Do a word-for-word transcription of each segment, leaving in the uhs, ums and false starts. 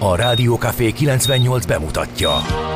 A Rádió Café kilencvennyolc bemutatja.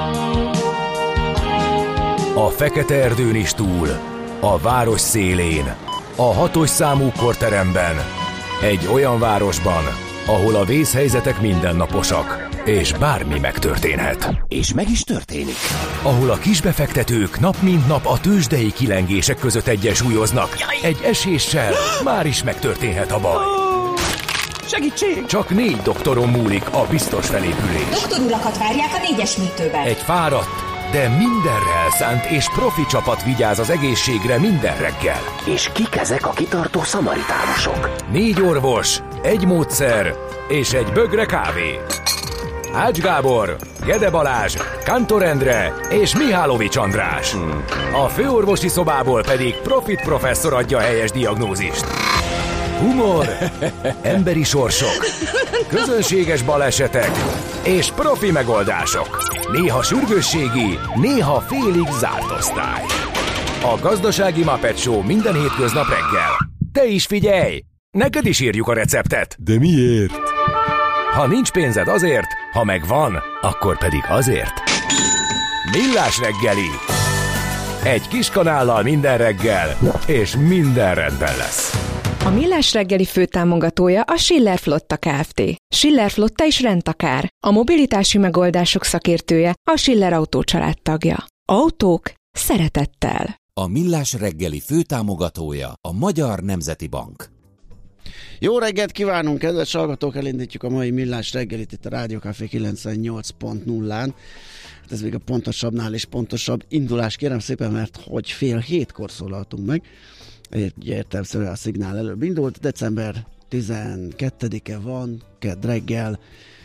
A fekete erdőn is túl, a város szélén, a hatos számú korteremben, egy olyan városban, ahol a vészhelyzetek mindennaposak, és bármi megtörténhet. És meg is történik. Ahol a kisbefektetők nap mint nap a tőzsdei kilengések között egyensúlyoznak. Egy eséssel már is megtörténhet a baj. Segítség! Csak négy doktoron múlik a biztos felépülés. Doktor urakat várják a négyes műtőben. Egy fáradt, de mindenre elszánt és profi csapat vigyáz az egészségre minden reggel. És kik ezek a kitartó szamaritánusok? Négy orvos, egy módszer és egy bögre kávé. Ács Gábor, Gede Balázs, Kántor Endre és Mihálovics András. Hmm. A főorvosi szobából pedig Profit professzor adja a helyes diagnózist. Humor, emberi sorsok, közönséges balesetek és profi megoldások. Néha sürgősségi, néha félig zárt osztály. A Gazdasági Muppet Show minden hétköznap reggel. Te is figyelj! Neked is írjuk a receptet. De miért? Ha nincs pénzed azért, ha megvan, akkor pedig azért. Millás reggeli. Egy kis kanállal minden reggel, és minden rendben lesz. A Millás reggeli főtámogatója a Schiller Flotta Kft. Schiller Flotta is rendtakár. A mobilitási megoldások szakértője, a Schiller Autó család tagja. Autók szeretettel. A Millás reggeli főtámogatója a Magyar Nemzeti Bank. Jó reggelt kívánunk, kedves hallgatók! Elindítjuk a mai Millás reggelit itt a Rádió Café kilencvennyolc pont nullán. Hát ez még a pontosabbnál is pontosabb indulás, kérem szépen, mert hogy fél hétkor szólaltunk meg. Értelemszerűen a szignál előbb indult. December tizenkettedike van, kedd reggel,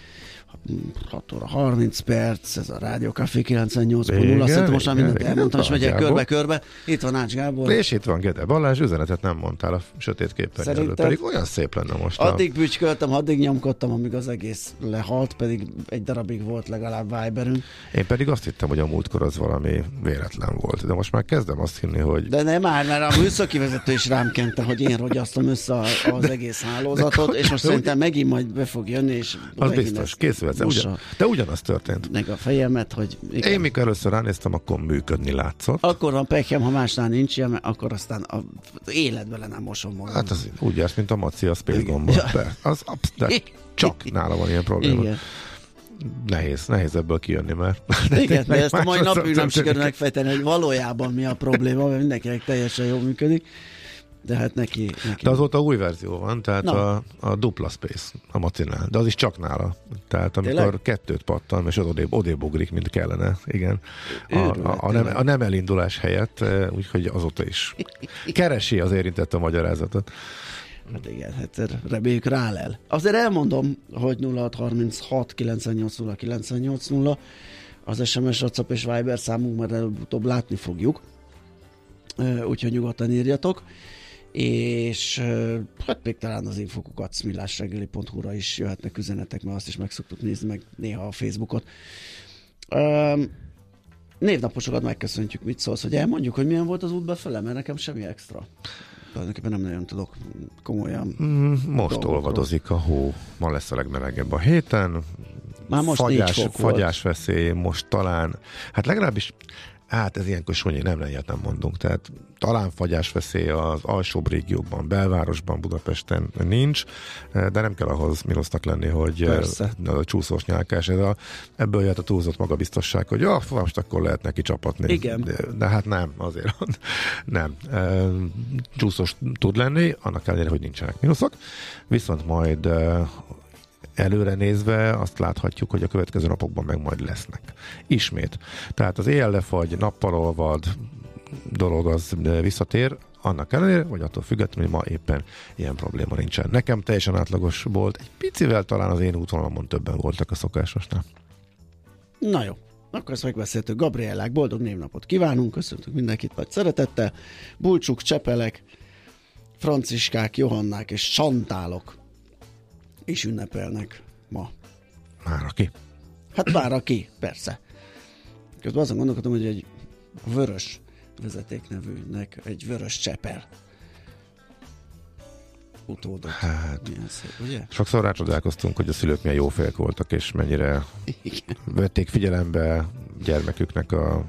hat óra harminc perc, ez a Rádió Café kilencvennyolc pont nulla. Szerintem most már mindent elmondtam, és megyek körbe-körbe. Itt van Ács Gábor. És itt van Gede Balázs, üzenetet nem mondtál a sötét képernyő előtt, pedig olyan szép lenne most. Addig bütyköltem, addig nyomkodtam, amíg az egész lehalt, pedig egy darabig volt legalább Viberünk. Én pedig azt hittem, hogy a múltkor az valami véletlen volt, de most már kezdem azt hinni, hogy... De nem már, mert a műszaki vezető is rám kente, hogy én rogyasztom össze az egész hálózatot, és most szerintem megint majd be fog jönni, és az biztos, készül. Ugyan, de ugyanaz történt. Meg a fejemet, hogy... Igen. Én mikor először ránéztem, akkor működni látszott. Akkor van pekjem, ha másnál nincs ilyen, akkor aztán az életben le nem mosom magam. Hát az úgy jársz, mint a Maci a Space Gomba. De, az, de csak nála van ilyen probléma. Igen. Nehéz, nehéz ebből kijönni, mert... Igen, de ezt a mai napig nem sikerül megfejteni, hogy valójában mi a probléma, mert mindenkinek teljesen jól működik. De hát neki, neki... De azóta új verzió van, tehát a, a dupla Space a Macinál, de az is csak nála. Tehát amikor tényleg? Kettőt pattan, és az odébb, odébb ugrik, mint kellene, igen. A, a, a, nem, a nem elindulás helyett, úgyhogy azóta is keresi az érintett a magyarázatot. Hát igen, hát reméljük rálel. Azért elmondom, hogy nulla hat harminchat kilencvennyolc nulla kilencvennyolc nulla az es em es, WhatsApp és Viber számunk, mert előbb-utóbb látni fogjuk. Úgyhogy nyugodtan írjatok. És hát még talán az infokukat millásreggeli pont hu-ra is jöhetnek üzenetek, mert azt is meg szoktuk nézni, meg néha a Facebookot. Um, névnaposokat megköszöntjük, mit szólsz, hogy elmondjuk, hogy milyen volt az út befele, mert nekem semmi extra. Tulajdonképpen nem nagyon tudok komolyan. Mm, most olvadozik a hó, ma lesz a legmelegebb a héten. Már most fagyás, fagyás veszély, most talán, hát legalábbis hát ez ilyenkor sonyi, nem ilyet nem mondunk. Tehát talán fagyás veszély az alsóbb régiókban, belvárosban, Budapesten nincs, de nem kell ahhoz mínusznak lenni, hogy Persze. a csúszós nyálkás. Ez a, ebből jött a túlzott magabiztosság, hogy ja, most akkor lehet neki csapatni. Igen. De, de hát nem, azért nem. Csúszós tud lenni, annak ellenére, hogy nincsenek mínuszok. Viszont majd előre nézve azt láthatjuk, hogy a következő napokban meg majd lesznek. Ismét. Tehát az éjjel lefagy, nappal olvad dolog az visszatér, annak ellenére, vagy attól függetlenül, hogy ma éppen ilyen probléma nincsen. Nekem teljesen átlagos volt, egy picivel talán az én útvonalamon többen voltak a szokásosnál. Na jó, akkor ezt megbeszéltük. Gabriellák, boldog névnapot kívánunk, köszöntünk mindenkit nagy szeretettel. Bulcsuk, Csepelek, Franciskák, Johannák és Santálok is ünnepelnek ma. Már aki? Hát már aki, persze. Közben azon gondolkodom, hogy egy vörös vezetéknevűnek egy vörös Csepel. utódot. Hát, szép, ugye? sokszor rácsodálkoztunk, hogy a szülők milyen jófélek voltak, és mennyire Igen. vették figyelembe gyermeküknek a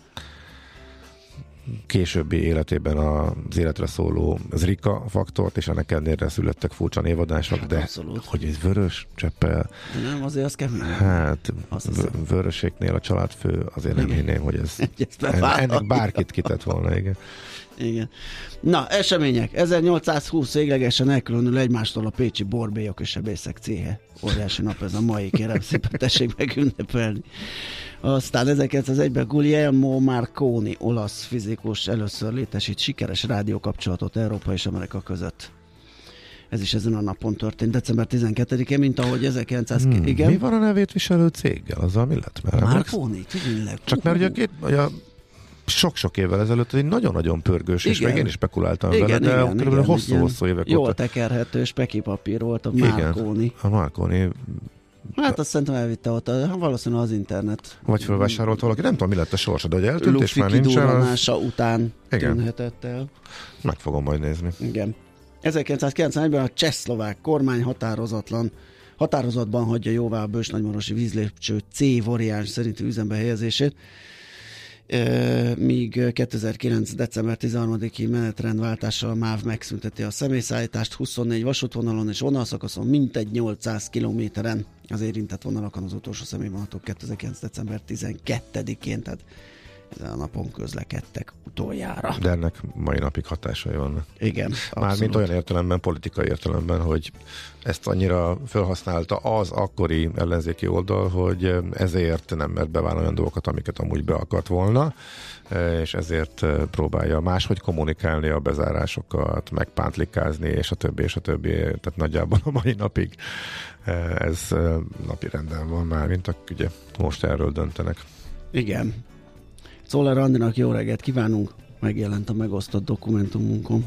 későbbi életében az életre szóló zrika faktort, és ennek ellenére születtek furcsa névadások, de abszolút. hogy egy vörös cseppel, De nem, azért az kemény. hát Azt v- vöröséknél a családfő, azért nem hinném, hogy ez Ezt en- bevállalja. ennek bárkit kitett volna, igen. Igen. Na, események. ezernyolcszázhúsz véglegesen elkülönül egymástól a pécsi borbélyok és sebészek céhe. Óriási nap ez a mai, kérem szépen, tessék meg ünnepelni. Aztán ezerkilencszázegyben Guglielmo Marconi, olasz fizikus először létesít sikeres rádiókapcsolatot Európa és Amerika között. Ez is ezen a napon történt, december tizenkettedikén, mint ahogy ezerkilencszáz... Hmm, igen? mi van a nevét viselő céggel? Azzal mi lett? Mert emlékszem? Marconi, tényleg. Csak mert ugye a két, ugye a sok-sok évvel ezelőtt egy nagyon-nagyon pörgős, és Igen. még én is spekuláltam Igen, vele, de igen, körülbelül igen, hosszú-hosszú igen. évek Jól óta. tekerhető, speki papír volt a Igen. Marconi. A Marconi, Hát azt szerintem elvitte ott, valószínűleg az internet. vagy felvásárolt valaki, nem tudom, mi lett a sorsa, de hogy eltűnt, és Luffy már nincsen, az, kidurranása után Igen. tűnhetett el. meg fogom majd nézni. Igen. ezerkilencszázkilencvenegyben a csehszlovák kormány határozatlan határozatban hagyja jóvá a bős-nagymarosi vízlépcső C variáns szerinti üzembe helyezését, e, míg kétezer-kilenc. december tizenharmadiki menetrendváltással a MÁV megszünteti a személyszállítást huszonnégy vasútvonalon és vonalszakaszon mintegy nyolcszáz kilométeren. Az érintett vonalakon az utolsó személyvonatok kétezer-kilenc. december tizenkettedikén, tehát ezen a napon közlekedtek utoljára. De ennek mai napig hatásai vannak. Igen, Mármint olyan értelemben, politikai értelemben, hogy ezt annyira felhasználta az akkori ellenzéki oldal, hogy ezért nem mert bevállalni olyan dolgokat, amiket amúgy be akart volna, és ezért próbálja máshogy kommunikálni a bezárásokat, megpántlikázni, és a többi, és a többi. Tehát nagyjából a mai napig ez napi renden van már, mint akik ugye most erről döntenek. Igen. Czoller Andinak jó reggelt kívánunk, megjelent a megosztott dokumentumunkon.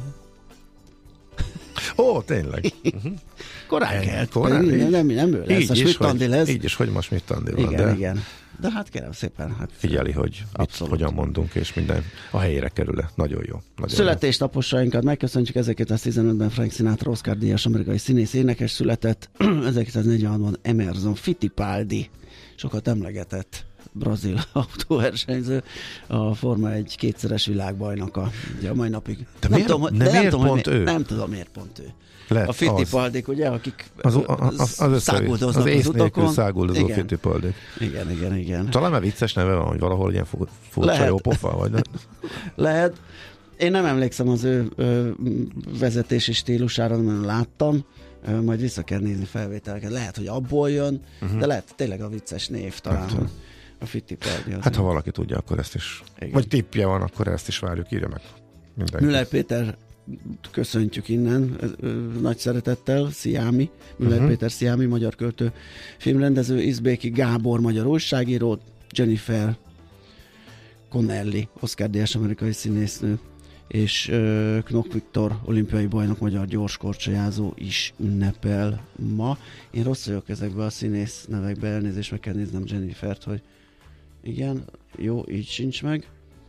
Ó, tényleg. Korán kelt, korán, nem, így. nem, nem ő lesz, Így a is, Schmidt-Andi hogy, lesz. így is, hogy most Schmidt-Andi van, Igen, de igen. De hát kérem szépen. Hát figyeli, hogy mit, hogyan mondunk, és minden a helyére kerül-e. Nagyon jó. Nagyon Születésnaposainkat megköszöntjük. ezerkilencszáztizenötben Frank Sinatra Oscar díjas amerikai színész énekes született. ezerkilencszáznegyvenhatban Emerson Fittipaldi, sokat emlegetett brazil autóversenyző, a Forma egy kétszeres világbajnoka. Ugye a mai napig. De nem miért, tudom, de de miért nem tudom, pont hogy ő? miért, nem tudom, miért pont ő. Lett A Fittipaldik, ugye, akik Az, az, az, az, száguldoznak az az, ész nélkül utakon. száguldozó Igen. Fittipaldi. Igen, igen, igen. Talán már vicces neve van, hogy valahol ilyen fu- furcsa Lehet. jó pofa, vagy nem? Lehet. Én nem emlékszem az ő ö, vezetési stílusára, mert láttam. Ö, majd vissza kell nézni felvételeket. Lehet, hogy abból jön, uh-huh. de lehet tényleg a vicces név talán, Hát, hogy a Fittipaldi. Hát ha valaki tudja, akkor ezt is. Igen. Vagy tippje van, akkor ezt is várjuk, írja meg. Mindenki. Müller Péter köszöntjük innen ö, ö, nagy szeretettel, Sziámi, Müller Uh-huh. Péter Sziámi, magyar költő, filmrendező, Izbéki Gábor, magyar újságíró, Jennifer Connelly, Oscar-díjas amerikai színésznő, és uh, Knok Viktor, olimpiai bajnok, magyar gyorskorcsolyázó is ünnepel ma. Én rossz vagyok ezekben a színész nevekbe, elnézést, meg kell néznem Jennifert, hogy igen, jó, így sincs meg.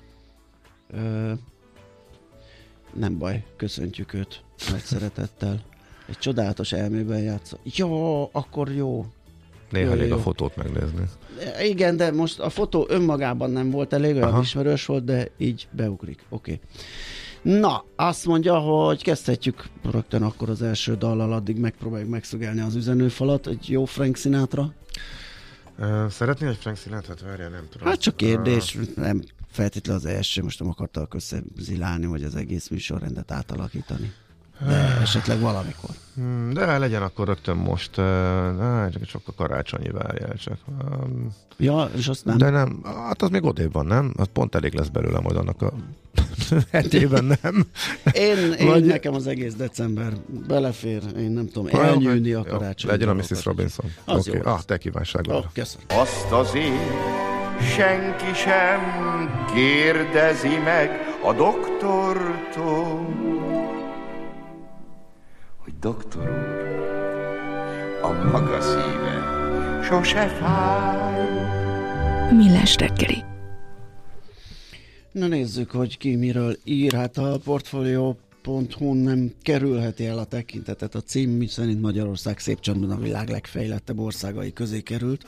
Uh, nem baj, köszöntjük őt nagy szeretettel. Egy csodálatos elmében játszol. Jó, akkor jó. Néha Jó, elég jó. a fotót megnézni. Igen, de most a fotó önmagában nem volt elég, olyan Aha. ismerős volt, de így beugrik. Oké. Okay. Na, azt mondja, hogy kezdhetjük rögtön akkor az első dallal, addig megpróbáljuk megszögelni az üzenőfalat. Egy jó Frank Sinatra. Uh, szeretnél, hogy Frank Sinatra-t várjál? Nem tudom. Hát csak kérdés, nem feltétlenül az első, most nem akartak összezilálni, vagy az egész műsorrendet átalakítani. De esetleg valamikor. Hmm, de legyen akkor rögtön most. Uh, á, csak sokkal karácsonyi várjál csak. Um, Ja, és azt nem. de nem, hát az még odébb van, nem? Az pont elég lesz belőle majd annak a hetében, nem? Én, én Vagy- nekem az egész december belefér, én nem tudom, Jó, elnyűni a jó, karácsony. legyen a dolgokat. missus Robinson. Az Oké, jó okay. Ah, lesz. te kívánságod. Ó, köszönöm. Azt azért senki sem kérdezi meg a doktortól, hogy doktor úr, a maga szíve sose fáj. Millás reggeli. Na nézzük, hogy ki miről ír. Hát a Portfolio pont hu nem kerülheti el a tekintetet. A cím szerint Magyarország szép csendben a világ legfejlettebb országai közé került.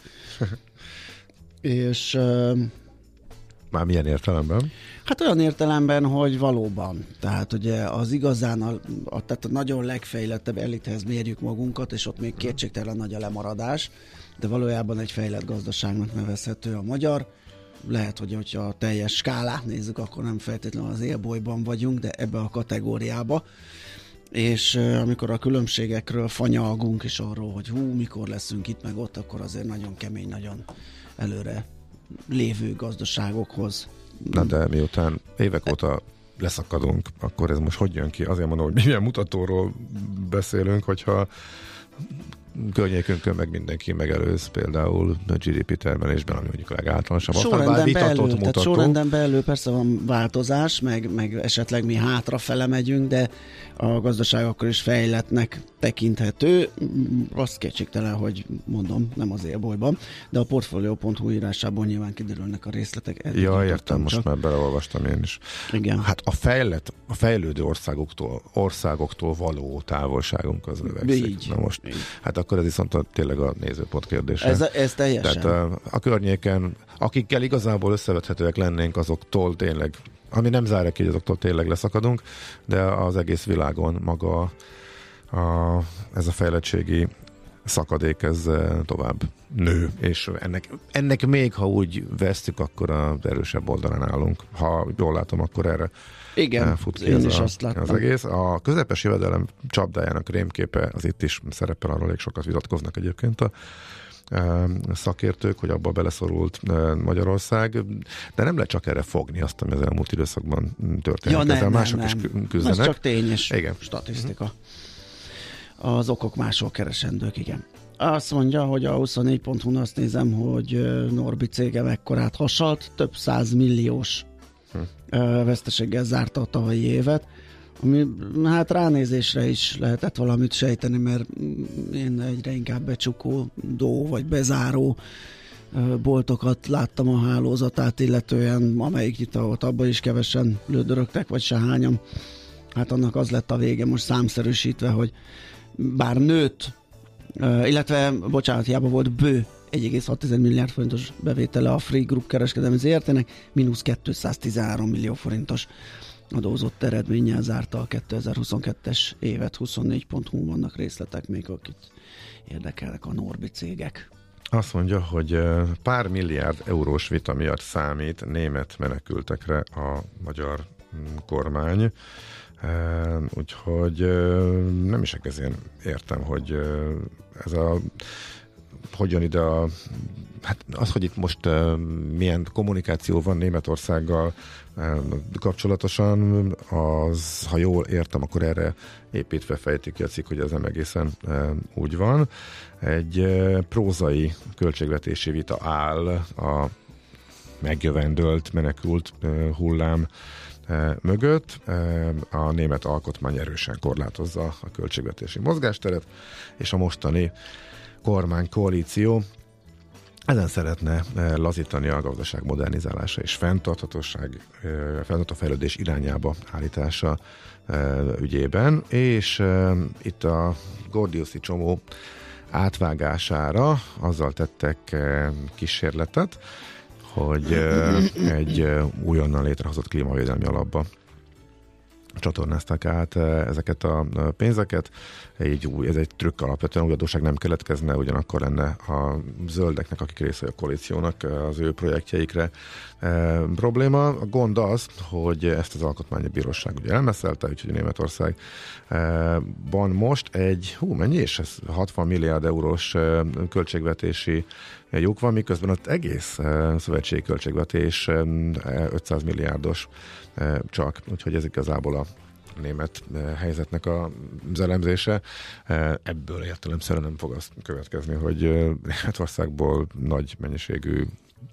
És uh, már milyen értelemben? hát olyan értelemben, hogy valóban. Tehát ugye az igazán a, a, tehát a nagyon legfejlettebb elithez mérjük magunkat, és ott még kétségtelen nagy a lemaradás, de valójában egy fejlett gazdaságnak nevezhető a magyar. Lehet, hogy hogyha a teljes skálát nézzük, akkor nem feltétlenül az élbolyban vagyunk, de ebbe a kategóriába. És uh, amikor a különbségekről fanyalgunk, és arról, hogy hú, mikor leszünk itt meg ott, akkor azért nagyon kemény, nagyon előre lévő gazdaságokhoz. Na de miután évek óta leszakadunk, akkor ez most hogy jön ki? Azért mondom, hogy milyen mutatóról beszélünk, hogyha környékünkön meg mindenki megelőz például a gé dé pé termelésben, ami mondjuk legáltalánosabb. Sorrenden belül, tehát sorrenden belül persze van változás, meg, meg esetleg mi hátrafele megyünk, de a gazdaság akkor is fejlettnek tekinthető. Azt kétségtelen, hogy mondom, nem az élbolyban, de a portfolio pont hu írásából nyilván kiderülnek a részletek. Eddig ja, értem, most csak. már beleolvastam én is. Igen. Hát a fejlett, a fejlődő országoktól, országoktól való távolságunk az növekszik. Így. Na most, így. hát akkor ez viszont a, tényleg a nézőpont kérdése. Ez, ez teljesen. Tehát a, a környéken, akikkel igazából összevethetőek lennénk, azoktól tényleg, ami nem zárja ki, hogy azoktól tényleg leszakadunk, de az egész világon maga a, ez a fejlettségi szakadék, ez tovább nő, és ennek, ennek még, ha úgy vesztük, akkor az erősebb oldalán állunk. Ha jól látom, akkor erre igen, fut ki én ez is a, azt láttam. az egész. A közepes jövedelem csapdájának rémképe, az itt is szerepel, arról elég sokat vitatkoznak egyébként a szakértők, hogy abba beleszorult Magyarország, de nem lehet csak erre fogni azt, ami az elmúlt időszakban történik. Ja, nem, ezzel nem, mások nem. is küzdenek. Ez csak tényes igen. statisztika. Az okok máshol keresendők, igen. Azt mondja, hogy a huszonnégy pont hu-n azt nézem, hogy Norbi cége mekkorát hasalt, több százmilliós hm. veszteséggel zárta a tavalyi évet, ami hát ránézésre is lehetett valamit sejteni, mert én egyre inkább becsukódó vagy bezáró boltokat láttam a hálózatát, illetően amelyik nyitott, abban is kevesen lődörögtek, vagy se hányan. Hát annak az lett a vége most számszerűsítve, hogy bár nőtt, illetve, bocsánat, hiába volt bő egy egész hat milliárd forintos bevétele a Free Group kereskedelmi zé er té-nek, mínusz kétszáztizenhárom millió forintos adózott eredménnyel zárta a kétezer-huszonkettes évet. huszonnégy pont hu vannak részletek még, akit érdekelnek a Norbi cégek. Azt mondja, hogy pár milliárd eurós vita miatt számít német menekültekre a magyar kormány. Úgyhogy nem is egészen értem, hogy ez a hogyan ide a hát az, hogy itt most uh, milyen kommunikáció van Németországgal uh, kapcsolatosan, az, ha jól értem, akkor erre építve fejtik ki a cikk, hogy ez nem egészen uh, úgy van. Egy uh, prózai költségvetési vita áll a megjövendölt, menekült uh, hullám uh, mögött. Uh, a német alkotmány erősen korlátozza a költségvetési mozgásteret, és a mostani kormánykoalíció ezen szeretne lazítani a gazdaság modernizálása és fenntarthatóság, fenntartható fejlődés irányába állítása ügyében, és itt a Gordiuszi csomó átvágására azzal tettek kísérletet, hogy egy újonnan létrehozott klímavédelmi alapba csatornázták át ezeket a pénzeket. Így új, ez egy trükk, alapvetően új adósság nem keletkezne, ugyanakkor lenne a zöldeknek, akik része a koalíciónak, az ő projektjeikre e, probléma. A gond az, hogy ezt az alkotmányi bíróság ugye elmeszelte, úgyhogy Németországban most egy, hú, mennyi is ez? hatvan milliárd eurós költségvetési lyuk van, miközben ott egész szövetségi költségvetés ötszáz milliárdos csak, úgyhogy ez igazából a német helyzetnek az elemzése. Ebből értelemszerűen nem fog azt következni, hogy Németországból nagy mennyiségű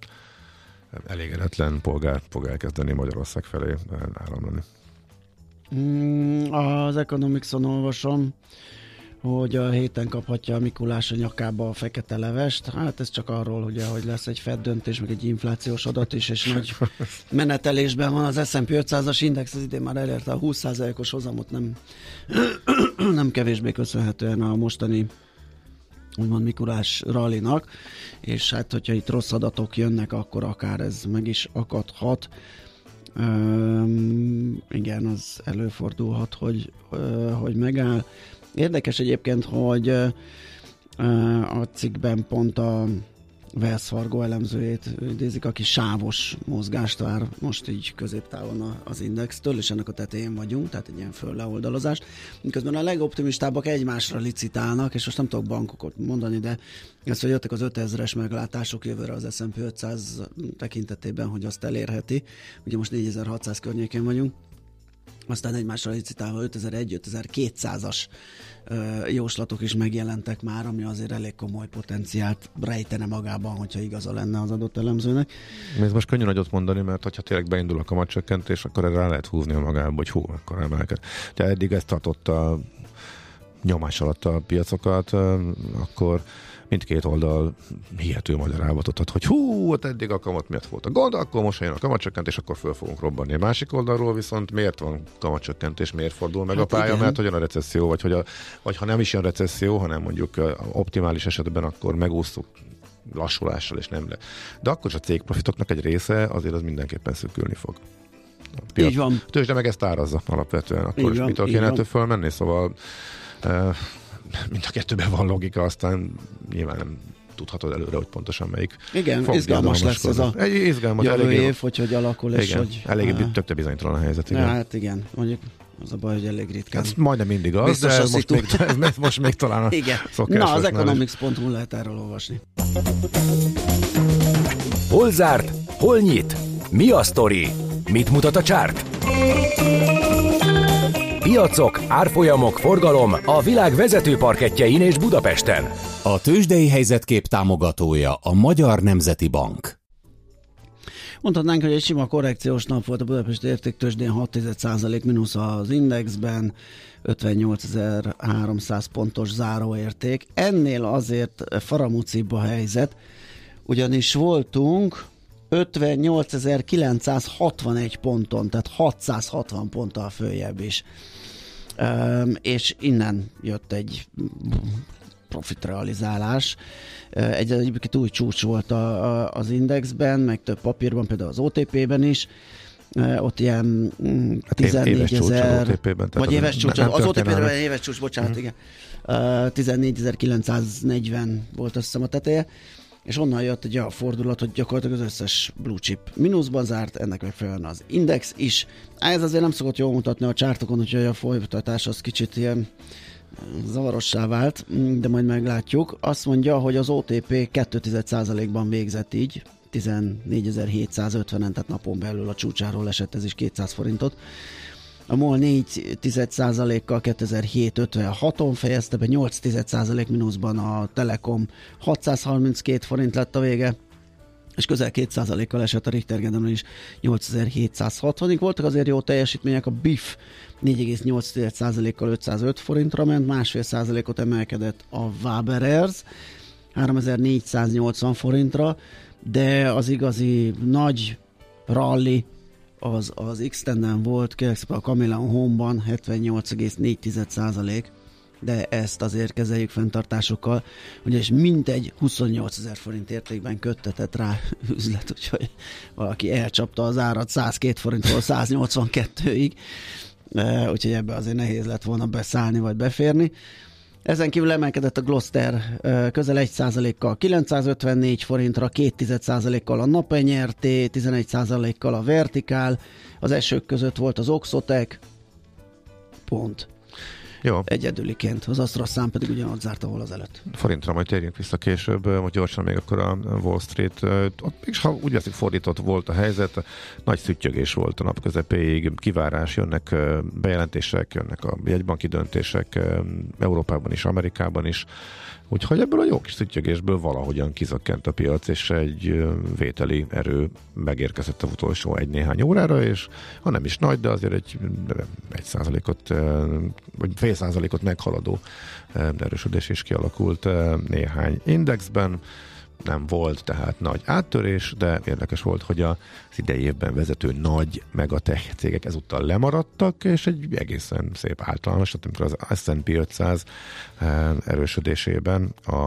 elégedetlen polgár fog elkezdeni Magyarország felé áramlani. Az Economics-on olvasom, hogy a héten kaphatja a Mikulás a nyakába a fekete levest. Hát ez csak arról, ugye, hogy lesz egy Fed döntés, meg egy inflációs adat is, és nagy menetelésben van az es and pé ötszázas index, az idén már elérte a húsz százalékos hozamot, nem, nem kevésbé köszönhetően a mostani úgymond Mikulás rallinak, és hát, hogyha itt rossz adatok jönnek, akkor akár ez meg is akadhat. Üm, igen, az előfordulhat, hogy, uh, hogy megáll. Érdekes egyébként, hogy uh, a cikkben pont a Wells Fargo elemzőjét idézik, aki sávos mozgást vár most így középtávon az indextől, és ennek a tetején vagyunk, tehát egy ilyen föl-leoldalazás. Miközben a legoptimistábbak egymásra licitálnak, és most nem tudok bankokat mondani, de ez, hogy jöttek az ötezres meglátások jövőre az es and pé ötszáz tekintetében, hogy azt elérheti. Ugye most négyezer-hatszáz környékén vagyunk. Aztán egymásra licitálva ötezer-egy ötezer-kétszázas uh, jóslatok is megjelentek már, ami azért elég komoly potenciált rejtene magában, hogyha igaza lenne az adott elemzőnek. Ez most könnyű nagyot mondani, mert hogyha tényleg beindul a kamatcsökkentés, akkor erre rá lehet húzni a magába, hogy hú, akkor emelked. De eddig ezt tartotta nyomás alatt a piacokat, akkor mindkét oldal hihető magyarázatot ad, hogy hú, ott eddig a kamat miatt volt a gond, akkor most jön a kamatcsökkentés, akkor föl fogunk robbanni. A másik oldalról viszont miért van kamatcsökkentés, miért fordul meg hát a pálya, igen. Mert hogy jön a recesszió, vagy, hogy a, vagy ha nem is jön recesszió, hanem mondjuk optimális esetben, akkor megúsztuk lassulással, és nem le. De akkor is a cégprofitoknak egy része azért az mindenképpen szűkülni fog. Piac, így van. Tőzsde meg ezt árazza alapvetően, akkor is mitől kéne ettől fölmenni, szóval uh, mind a kettőben van logika, aztán nyilván nem tudhatod előre, hogy pontosan melyik. Igen, izgalmas lesz ez a egy izgalmas, jövő eléggé, év, hogy hogy alakul, és igen, hogy... Eléggé tökte bizonytalan a helyzet, igen. Ja, hát igen, mondjuk az a baj, hogy elég ritkán. Ez majdnem mindig az, biztos de most még, ez most még talán a igen. szokásos. Na, az economics pont hu lehet erről olvasni. Hol zárt? Hol nyit? Mi a sztori? Mit mutat a csárt? Piacok, árfolyamok, forgalom a világ vezető parkettjein és Budapesten. A tőzsdei helyzetkép támogatója a Magyar Nemzeti Bank. Mondhatnánk, hogy egy sima korrekciós nap volt a Budapesti Értéktőzsdén, hat százalék mínusz az indexben, ötvennyolcezer-háromszáz pontos záróérték. Ennél azért faramúcibb a helyzet, ugyanis voltunk ötvennyolcezer-kilencszázhatvanegy ponton, tehát hatszázhatvan ponttal följebb is. Um, és innen jött egy profitrealizálás. Egy egyébként új csúcs volt a, a, az indexben, meg több papírban, például az o té pé-ben is. Uh, ott ilyen tizennégyezer... Vagy éves csúcs, az o té pé-ben éves csúcs, bocsánat, mm. igen. Uh, tizennégyezer-kilencszáznegyven volt azt hiszem a teteje. És onnan jött egy olyan fordulat, hogy gyakorlatilag az összes blue chip mínuszban zárt, ennek megfelelően az index is. Ez azért nem szokott jól mutatni a csártokon, úgyhogy a folytatás az kicsit ilyen zavarossá vált, de majd meglátjuk. Azt mondja, hogy az o té pé két százalékban végzett így, tizennégyezer-hétszázötvenen, tehát napon belül a csúcsáról esett ez is kétszáz forintot. A MOL négy százalékkal kétezer-hét ötvenhaton fejezte be, nyolc százalék mínuszban a Telekom, hatszázharminckét forint lett a vége, és közel két százalékkal esett a Richter Gedeon is, nyolcezer-hétszázhatvanig. Voltak azért jó teljesítmények, a bé i ef négy egész nyolc százalékkal ötszázöt forintra ment, másfél százalékot emelkedett a Waberers háromezer-négyszáznyolcvan forintra, de az igazi nagy rally az, az X-tenden volt, kérlek szépen a Camillion Home-ban hetvennyolc egész négy százalék, de ezt azért kezeljük fenntartásokkal, ugyanis mintegy huszonnyolcezer forint értékben köttetett rá üzlet, úgyhogy valaki elcsapta az árat százkettő forintról száznyolcvankettőig, úgyhogy ebbe azért nehéz lett volna beszállni vagy beférni. Ezen kívül emelkedett a Gloster közel egy százalékkal kilencszázötvennégy forintra, két százalékkal a Napenyerté, tizenegy százalékkal a Vertikál, az esők között volt az Oxotec, pont. Jó. Egyedüliként. Az AstraZán pedig ugyanott zárt, ahol az előtt. Forintra majd térjünk vissza később, most gyorsan még akkor a Wall Street, ott mégis ha úgy veszik fordított volt a helyzet, nagy szüttyögés volt a nap közepéig, kivárás, jönnek bejelentések, jönnek a jegybanki döntések Európában is, Amerikában is, Úgyhogy ebből a jó kis szüttyögésből valahogyan kizökkent a piac, és egy vételi erő megérkezett az utolsó egy-néhány órára, és ha nem is nagy, de azért egy, egy százalékot, vagy fél százalékot meghaladó erősödés is kialakult néhány indexben. Nem volt tehát nagy áttörés, de érdekes volt, hogy az idei évben vezető nagy megatech cégek ezúttal lemaradtak, és egy egészen szép általános, tehát amikor az es and pé ötszáz erősödésében a,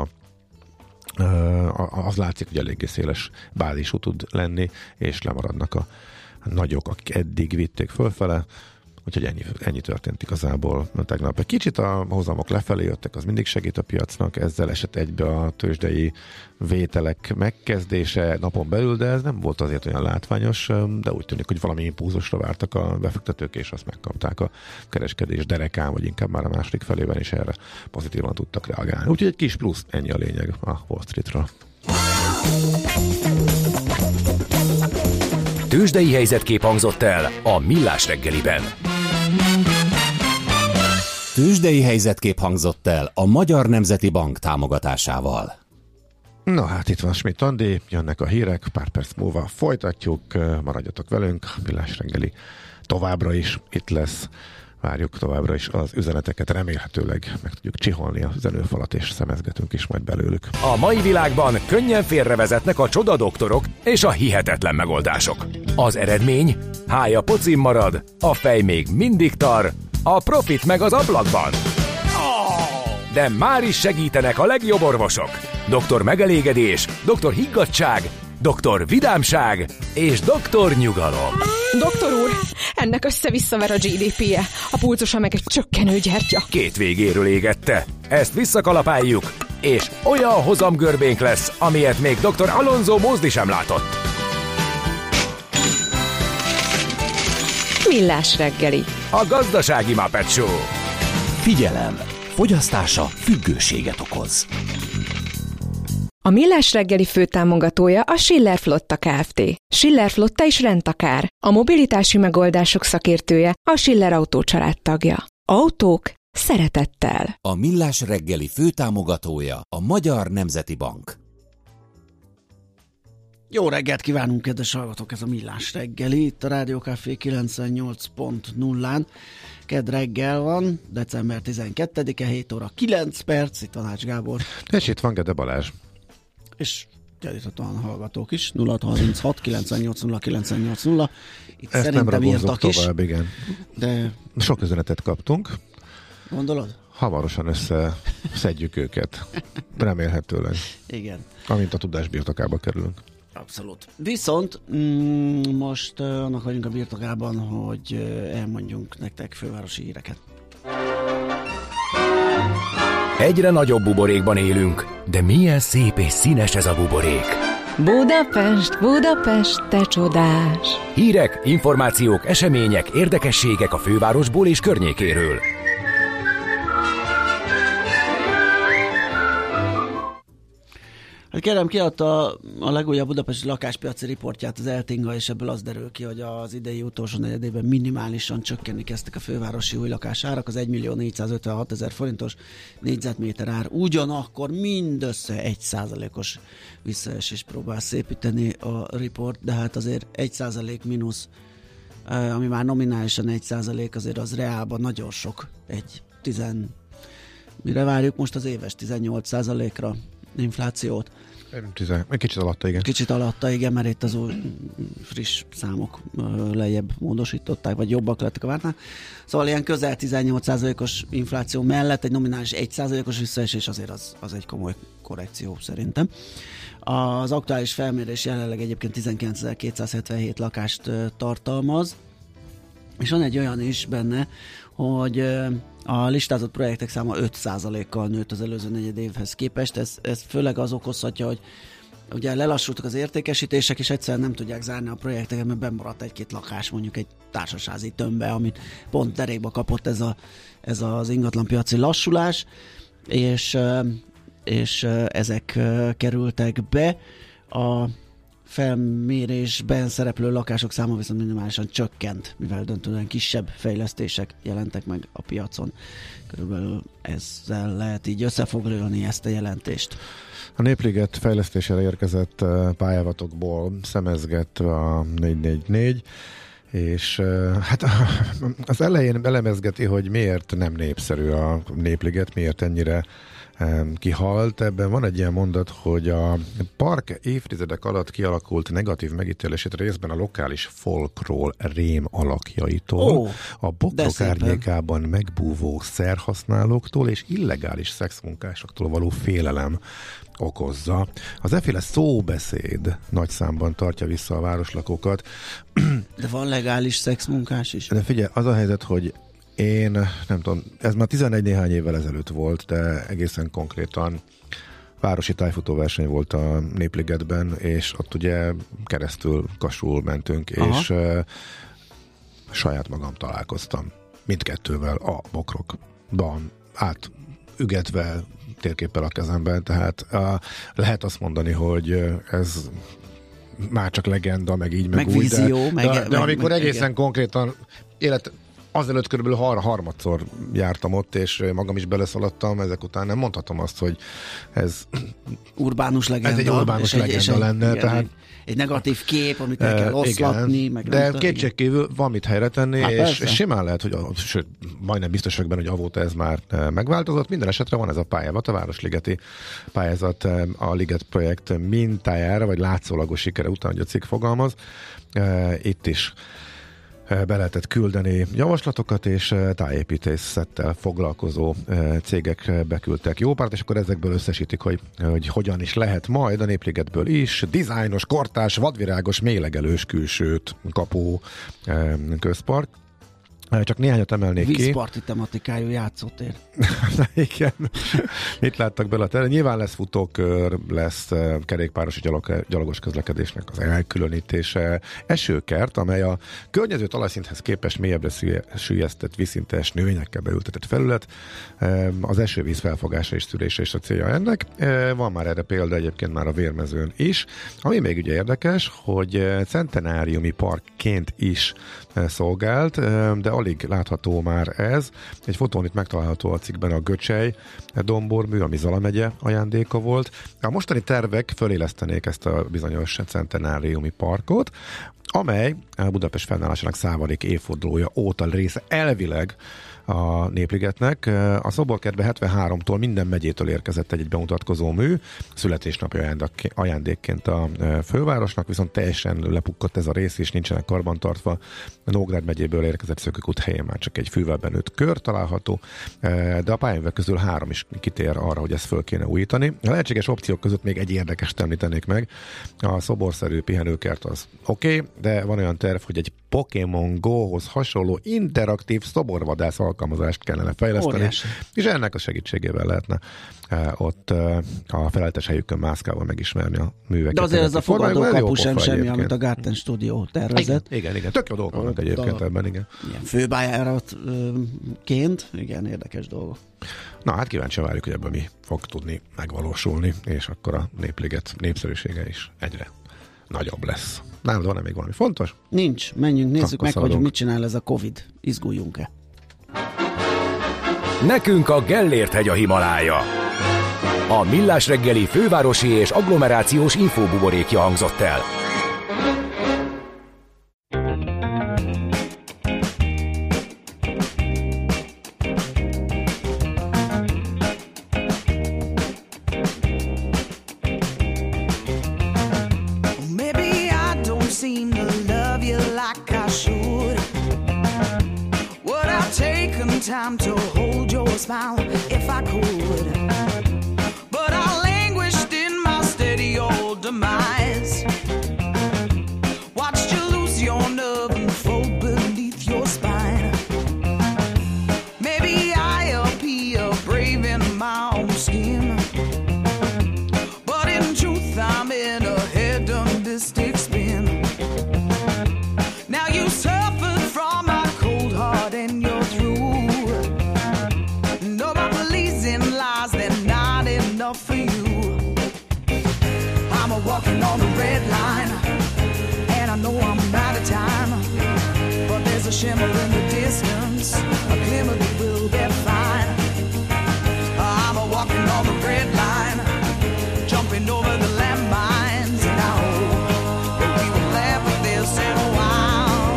az látszik, hogy eléggé széles bázisú tud lenni, és lemaradnak a nagyok, akik eddig vitték fölfele. Úgyhogy ennyi, ennyi történt igazából tegnap. Egy kicsit a hozamok lefelé jöttek, az mindig segít a piacnak, ezzel esett egybe a tőzsdei vételek megkezdése napon belül, de ez nem volt azért olyan látványos, de úgy tűnik, hogy valami impulzusra vártak a befektetők, és azt megkapták a kereskedés derekán, vagy inkább már a második felében is erre pozitívan tudtak reagálni. Úgyhogy egy kis plusz, ennyi a lényeg a Wall Streetra. Tőzsdei helyzetkép hangzott el a Millás reggeliben. Tőzsdei helyzetkép hangzott el a Magyar Nemzeti Bank támogatásával. Na hát itt van Schmidt Andi, jönnek a hírek, pár perc múlva folytatjuk, maradjatok velünk, a Millás reggeli továbbra is itt lesz. Várjuk továbbra is az üzeneteket, remélhetőleg meg tudjuk csiholni az üzenőfalat, és szemezgetünk is majd belőlük. A mai világban könnyen félrevezetnek a csodadoktorok és a hihetetlen megoldások. Az eredmény? Hája pocim marad, a fej még mindig tar, a profit meg az ablakban. De már is segítenek a legjobb orvosok. doktor Megelégedés, doktor Higgadtság, doktor Vidámság és doktor Nyugalom. Doktor úr, ennek össze-visszaver a gé dé pé-je, a pulzusa meg egy csökkenő gyertya. Két végéről égette. Ezt visszakalapáljuk, és olyan hozamgörbénk lesz, amilyet még doktor Alonso Mózdi sem látott. Millás reggeli. A gazdasági Muppet Show. Figyelem! Fogyasztása függőséget okoz. A Millás reggeli főtámogatója a Schiller Flotta Kft. Schiller Flotta is rendtakár. A mobilitási megoldások szakértője, a Schiller Autó családtagja. Autók szeretettel. A Millás reggeli főtámogatója a Magyar Nemzeti Bank. Jó reggelt kívánunk, kedves hallgatók, ez a Millás reggeli, itt a Rádió Café kilencvennyolc pont nullán. Kedd reggel van, december tizenkettedike, hét óra kilenc perc, itt van Ács Gábor. És itt van Gede Balázs. És gyaníthatóan hallgatók is, nulla harminchat kilencvennyolc nulla kilencvennyolc nulla. Itt ezt nem ragózzuk tovább, is, igen. De... Sok üzenetet kaptunk. Gondolod? Hamarosan összeszedjük őket. Remélhetőleg. Igen. Amint a tudás birtokába kerülünk. Abszolút. Viszont mm, most uh, annak vagyunk a birtokában, hogy uh, elmondjunk nektek fővárosi híreket. Egyre nagyobb buborékban élünk, de milyen szép és színes ez a buborék. Budapest, Budapest, te csodás! Hírek, információk, események, érdekességek a fővárosból és környékéről. Hát kérem, kiadta a legújabb budapesti lakáspiaci riportját az Eltinga, és ebből az derül ki, hogy az idei utolsó negyedében minimálisan csökkenni kezdtek a fővárosi új lakásárak, az egymillió négyszázötvenhat ezer forintos négyzetméter ár. Ugyanakkor mindössze egy százalékos visszaesést próbál szépíteni a riport, de hát azért egy százalék mínusz, ami már nominálisan egy százalék, azért az reálban nagyon sok. Egy tizen... Mire várjuk most az éves tizennyolc százalékra inflációt? Tizen, kicsit alatta, igen. Kicsit alatta, igen, mert itt az új friss számok lejjebb módosították, vagy jobbak lettek a vártnál. Szóval ilyen közel tizennyolc százalékos infláció mellett egy nominális egy százalékos visszaesés azért az, az egy komoly korrekció szerintem. Az aktuális felmérés jelenleg egyébként tizenkilencezer-kétszázhetvenhét lakást tartalmaz, és van egy olyan is benne, hogy a listázott projektek száma öt százalékkal nőtt az előző negyed évhez képest. Ez, ez főleg az okozhatja, hogy ugye lelassultak az értékesítések, és egyszerűen nem tudják zárni a projekteket, mert bemaradt egy-két lakás, mondjuk egy társasházi tömbbe, amit pont derékba kapott ez, a, ez az ingatlanpiaci lassulás, és, és ezek kerültek be. A felmérésben szereplő lakások száma viszont minimálisan csökkent, mivel döntően kisebb fejlesztések jelentek meg a piacon. Körülbelül ezzel lehet így összefoglalni ezt a jelentést. A Népliget fejlesztésére érkezett pályázatokból szemezget a négy négy négy, és hát az elején elemezgeti, hogy miért nem népszerű a Népliget, miért ennyire kihalt. Ebben van egy ilyen mondat, hogy a park évtizedek alatt kialakult negatív megítélését részben a lokális folkról rém alakjaitól, oh, a bokrok árnyékában megbúvó szerhasználóktól és illegális szexmunkásoktól való félelem okozza. Az efféle szóbeszéd nagy számban tartja vissza a városlakókat. De van legális szexmunkás is? De figyelj, az a helyzet, hogy én nem tudom, ez már tizenegy néhány évvel ezelőtt volt, de egészen konkrétan városi tájfutóverseny volt a Népligetben, és ott ugye keresztül Kasul mentünk, aha, és uh, saját magam találkoztam mindkettővel a bokrokban, átügetve térképpel a kezemben, tehát uh, lehet azt mondani, hogy ez már csak legenda, meg így, meg, meg úgy, vízió, de, meg, de, de meg, amikor meg, egészen meg, konkrétan élet azelőtt körülbelül har- harmadszor jártam ott, és magam is beleszaladtam, ezek után nem mondhatom azt, hogy ez urbánus legenda. Ez egy urbánus legenda egy, lenne. Igen, tehát, egy, egy negatív kép, amit el kell oszlatni. Meg de kétségkívül van mit helyre tenni, hát és persze. simán lehet, hogy sőt, majdnem biztos vagyok benne, hogy avóta ez már megváltozott. Minden esetre van ez a pályázat, a Városligeti pályázat a Liget projekt mintájára, vagy látszólagos sikere után, hogy a cikk fogalmaz. Itt is be lehetett küldeni javaslatokat, és tájépítészettel foglalkozó cégek beküldtek jó párt, és akkor ezekből összesítik, hogy, hogy hogyan is lehet majd a Népligetből is dizájnos, kortárs, vadvirágos, mélegelős külsőt kapó közpark. Csak néhányat emelnék ki. Vízparti tematikájú játszótér. Igen. Mit láttak bele a terre? Nyilván lesz futókör, lesz kerékpáros gyalog, gyalogos közlekedésnek az elkülönítése, esőkert, amely a környező talajszinthez képest mélyebbre süllyesztett vízszintes növényekkel beültetett felület. Az esővíz felfogása és szűrése is a célja ennek. Van már erre példa egyébként már a Vérmezőn is. Ami még ugye érdekes, hogy centenáriumi parkként is szolgált, de alig látható már ez. Egy fotón itt megtalálható a cikkben a Göcsej dombormű, ami Zala megye ajándéka volt. A mostani tervek fölélesztenék ezt a bizonyos centenáriumi parkot, amely a Budapest fennállásának századik évfordulója óta része elvileg a Népligetnek. A Szoborkertbe hetvenháromtól minden megyétől érkezett egy bemutatkozó mű, születésnapi ajándékként a fővárosnak, viszont teljesen lepukkott ez a rész, és nincsenek karbantartva. A Nógrád megyéből érkezett Szökőkút helyén már csak egy fűvel benőtt kör található, de a pályaművek közül három is kitér arra, hogy ezt föl kéne újítani. A lehetséges opciók között még egy érdekes említenék meg. A szoborszerű pihenőkert az oké, okay, de van olyan terv, hogy egy Pokémon Go-hoz hasonló interaktív szoborvadász alkalmazást kellene fejleszteni, óriási. És ennek a segítségével lehetne uh, ott uh, a feleltes helyükön mászkával megismerni a műveket. De azért ez a fogadó kapu sem semmi, amit a Garten Studio tervezett. Igen, igen, igen. Tök jó dolgok vannak egyébként ebben, igen. Ilyen főbájáratként, igen, érdekes dolgok. Na, hát kíváncsi várjuk, hogy ebben mi fog tudni megvalósulni, és akkor a Népliget népszerűsége is egyre nagyobb lesz. Nálad van-e még valami fontos? Nincs, menjünk, nézzük meg, hogy mit csinál ez a Covid. Izguljunk-e? Nekünk a Gellért-hegy a Himalája. A Millás reggeli fővárosi és agglomerációs infóbuborékja hangzott el. Time to hold your smile if I could, but I languished in my steady old demise. Watched you lose your nerve and fold beneath your spine. Maybe I appear brave in my own skin, but in truth I'm in a hedonistic spin. Now you suffered from my cold heart and you're through. For you, I'm a walking on the red line. shimmer in the distance, a glimmer that will be fine. I'm a walking on the red line, jumping over the landmines, and I hope that we will laugh at this in a while.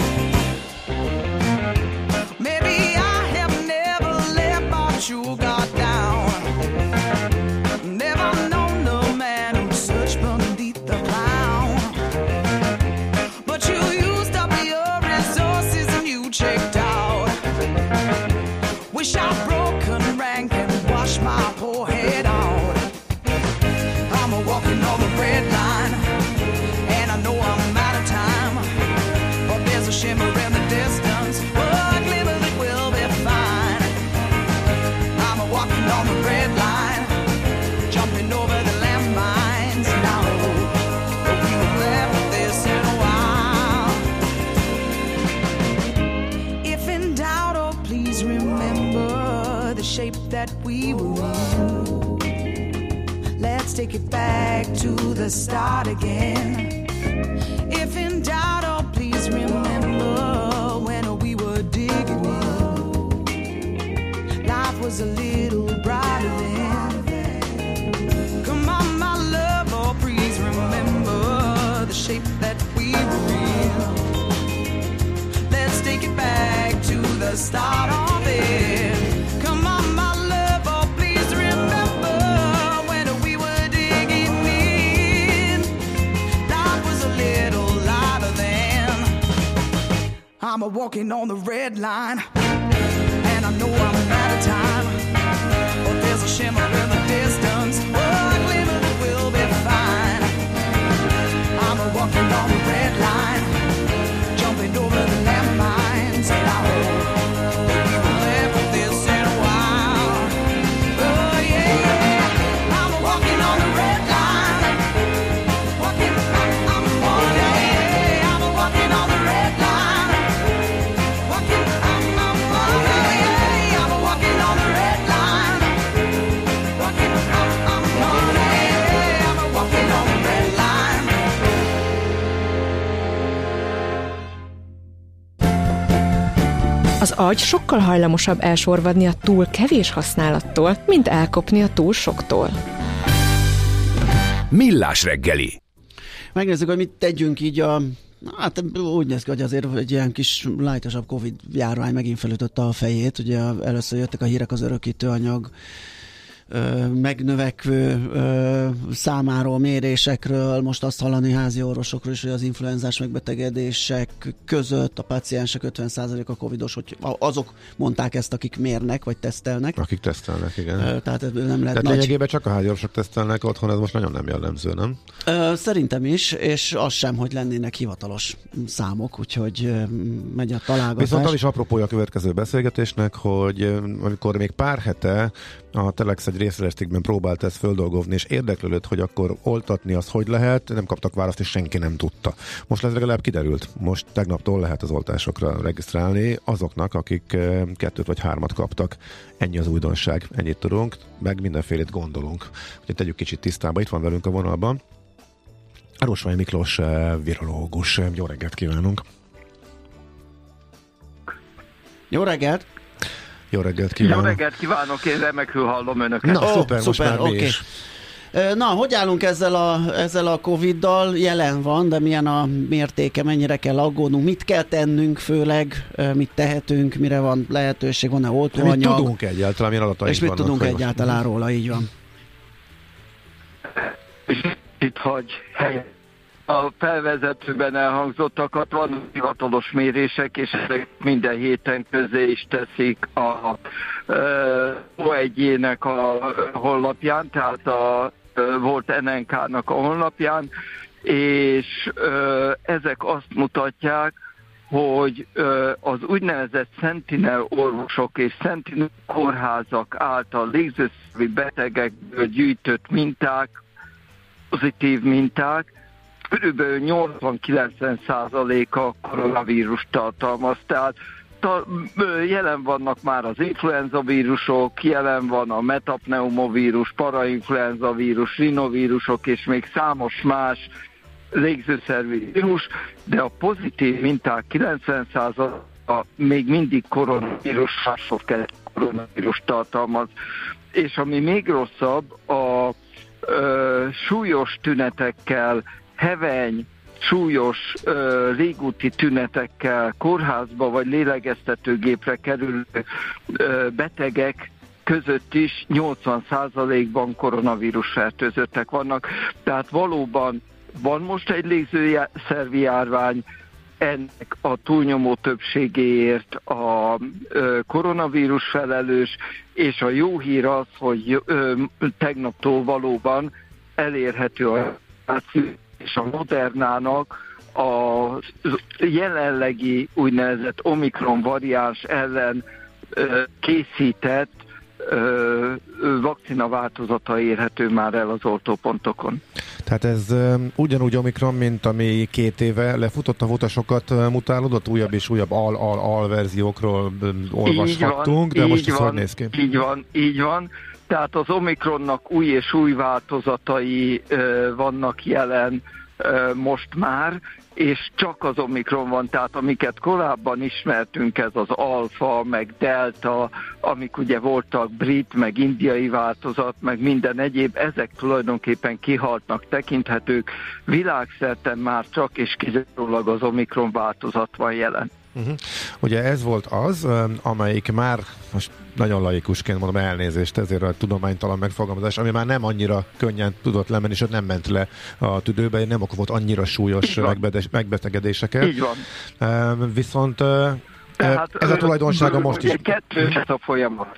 Maybe I have never let my true guard down, never known a man who'd search beneath the clown. But you used up your resources and you checked out. Wish I'd broken rank and washed my poor head out. I'm a walking on the red line, and I know I'm out of time, but there's a shimmer in the distance, oh, a glimmer that will be fine. I'm a walking on the red line, jumping over the landmines, and I hope that we will laugh at this in a while. If in doubt, oh please remember the shape that we were in. Let's take it back to the start again. If in doubt, oh please remember when we were digging in. Life was a little brighter then. Come on, my love, oh please remember the shape that we were in. Let's take it back to the start of it. Come on, my love, oh please remember when we were digging in. Life was a little lighter then. I'm a walking on the red line, and I know I'm out of time, but there's a shimmer in the distance, oh, a glimmer that will be fine. I'm a walking on the red line, jumping over the landmines, and I hope that we will laugh at this in a while. Oh yeah, I'm a walking on the red line, walking, I'm, I'm walking, yeah, I'm a walking on the red line, walking, I'm, I'm walking, yeah, I'm a walking on the red line, walking, I'm, I'm walking, yeah, I'm a walking on the red line. Az agy sokkal hajlamosabb elsorvadni a túl kevés használattól, mint elkopni a túl soktól. Millás reggeli. Megnézzük, hogy mit tegyünk így a... Hát úgy néz ki, hogy azért egy ilyen kis lájtosabb Covid járvány megint felütötte a fejét. Ugye először jöttek a hírek az örökítőanyag ö, megnövekvő ö, számáról, mérésekről, most azt hallani házi orvosokról is, hogy az influenzás megbetegedések között a páciensek ötven százaléka covidos, hogy azok mondták ezt, akik mérnek, vagy tesztelnek. Akik tesztelnek, igen. Ö, tehát ebből nem lehet Tehát nagy... lényegében csak a házi orvosok tesztelnek otthon, ez most nagyon nem jellemző, nem? Ö, szerintem is, és az sem, hogy lennének hivatalos számok, úgyhogy ö, megy a találgatás. Viszont az is apropója a következő beszélgetésnek, hogy ö, amikor még pár hete a Telex egy részletességben próbált ezt földolgozni, és érdeklődött, hogy akkor oltatni az hogy lehet, nem kaptak választ, és senki nem tudta. Most ez legalább kiderült. Most tegnaptól lehet az oltásokra regisztrálni azoknak, akik ö, kettőt vagy hármat kaptak. Ennyi az újdonság, ennyit tudunk, meg mindenfélét gondolunk. Úgyhogy tegyük kicsit tisztába, itt van velünk a vonalban Rózsvai Miklós virológus. Jó reggelt kívánunk! Jó reggelt! Jó reggelt kívánok! Jó reggelt kívánok, én remekül hallom önöket. Na, oh, szuper, most szuper, már mi okay. is. Na, hogy állunk ezzel a, ezzel a Coviddal? Jelen van, de milyen a mértéke, mennyire kell aggódnunk, mit kell tennünk főleg, mit tehetünk, mire van lehetőség, van-e oltóanyag? Mit tudunk egyáltalán, milyen adataink és mit vannak? tudunk egyáltalán róla, így van. Itt, hogy a felvezetőben elhangzottakat, vannak hivatalos mérések, és ezek minden héten közé is teszik a o egy-nek a honlapján, tehát a volt en en ká-nak a honlapján, és ö, ezek azt mutatják, hogy ö, az úgynevezett Sentinel orvosok és Sentinel kórházak által légzőszervi betegekből gyűjtött minták, pozitív minták, körülbelül nyolcvan-kilencven százaléka koronavírus tartalmaz, tehát ta, jelen vannak már az influenza vírusok, jelen van a metapneumovírus, parainfluenza vírus, rinovírusok és még számos más légzőszervi vírus, de a pozitív minták kilencven százaléka a, még mindig koronavírus, koronavírus tartalmaz. És ami még rosszabb, a ö, súlyos tünetekkel, heveny, súlyos ö, légúti tünetekkel kórházba vagy lélegeztetőgépre kerülő ö, betegek között is nyolcvan százalékban koronavírus fertőzöttek vannak. Tehát valóban van most egy légzőszervi járvány, ennek a túlnyomó többségéért a ö, koronavírus felelős, és a jó hír az, hogy ö, tegnaptól valóban elérhető a és a Modernának a jelenlegi úgynevezett Omikron variáns ellen ö, készített ö, vakcina változata érhető már el az oltópontokon. Tehát ez um, ugyanúgy Omikron, mint ami két éve lefutott a futasokat, uh, mutálódott, újabb és újabb al-al-al verziókról um, olvashattunk, de most ez hogy néz ki? Így van, így van. Tehát az Omikronnak új és új változatai uh, vannak jelen uh, most már, és csak az Omikron van, tehát amiket korábban ismertünk, ez az alfa, meg delta, amik ugye voltak brit, meg indiai változat, meg minden egyéb, ezek tulajdonképpen kihaltnak tekinthetők. Világszerte már csak és kizárólag az Omikron változat van jelen. Uh-huh. Ugye ez volt az, amelyik már, most nagyon laikusként mondom, elnézést ezért a tudománytalan megfogalmazás, ami már nem annyira könnyen tudott lemenni, és ott nem ment le a tüdőbe, nem okozott annyira súlyos megbetegedéseket. Így van. Uh, viszont uh, Tehát, ez a tulajdonsága ö, most is. Kettős ez a folyamat.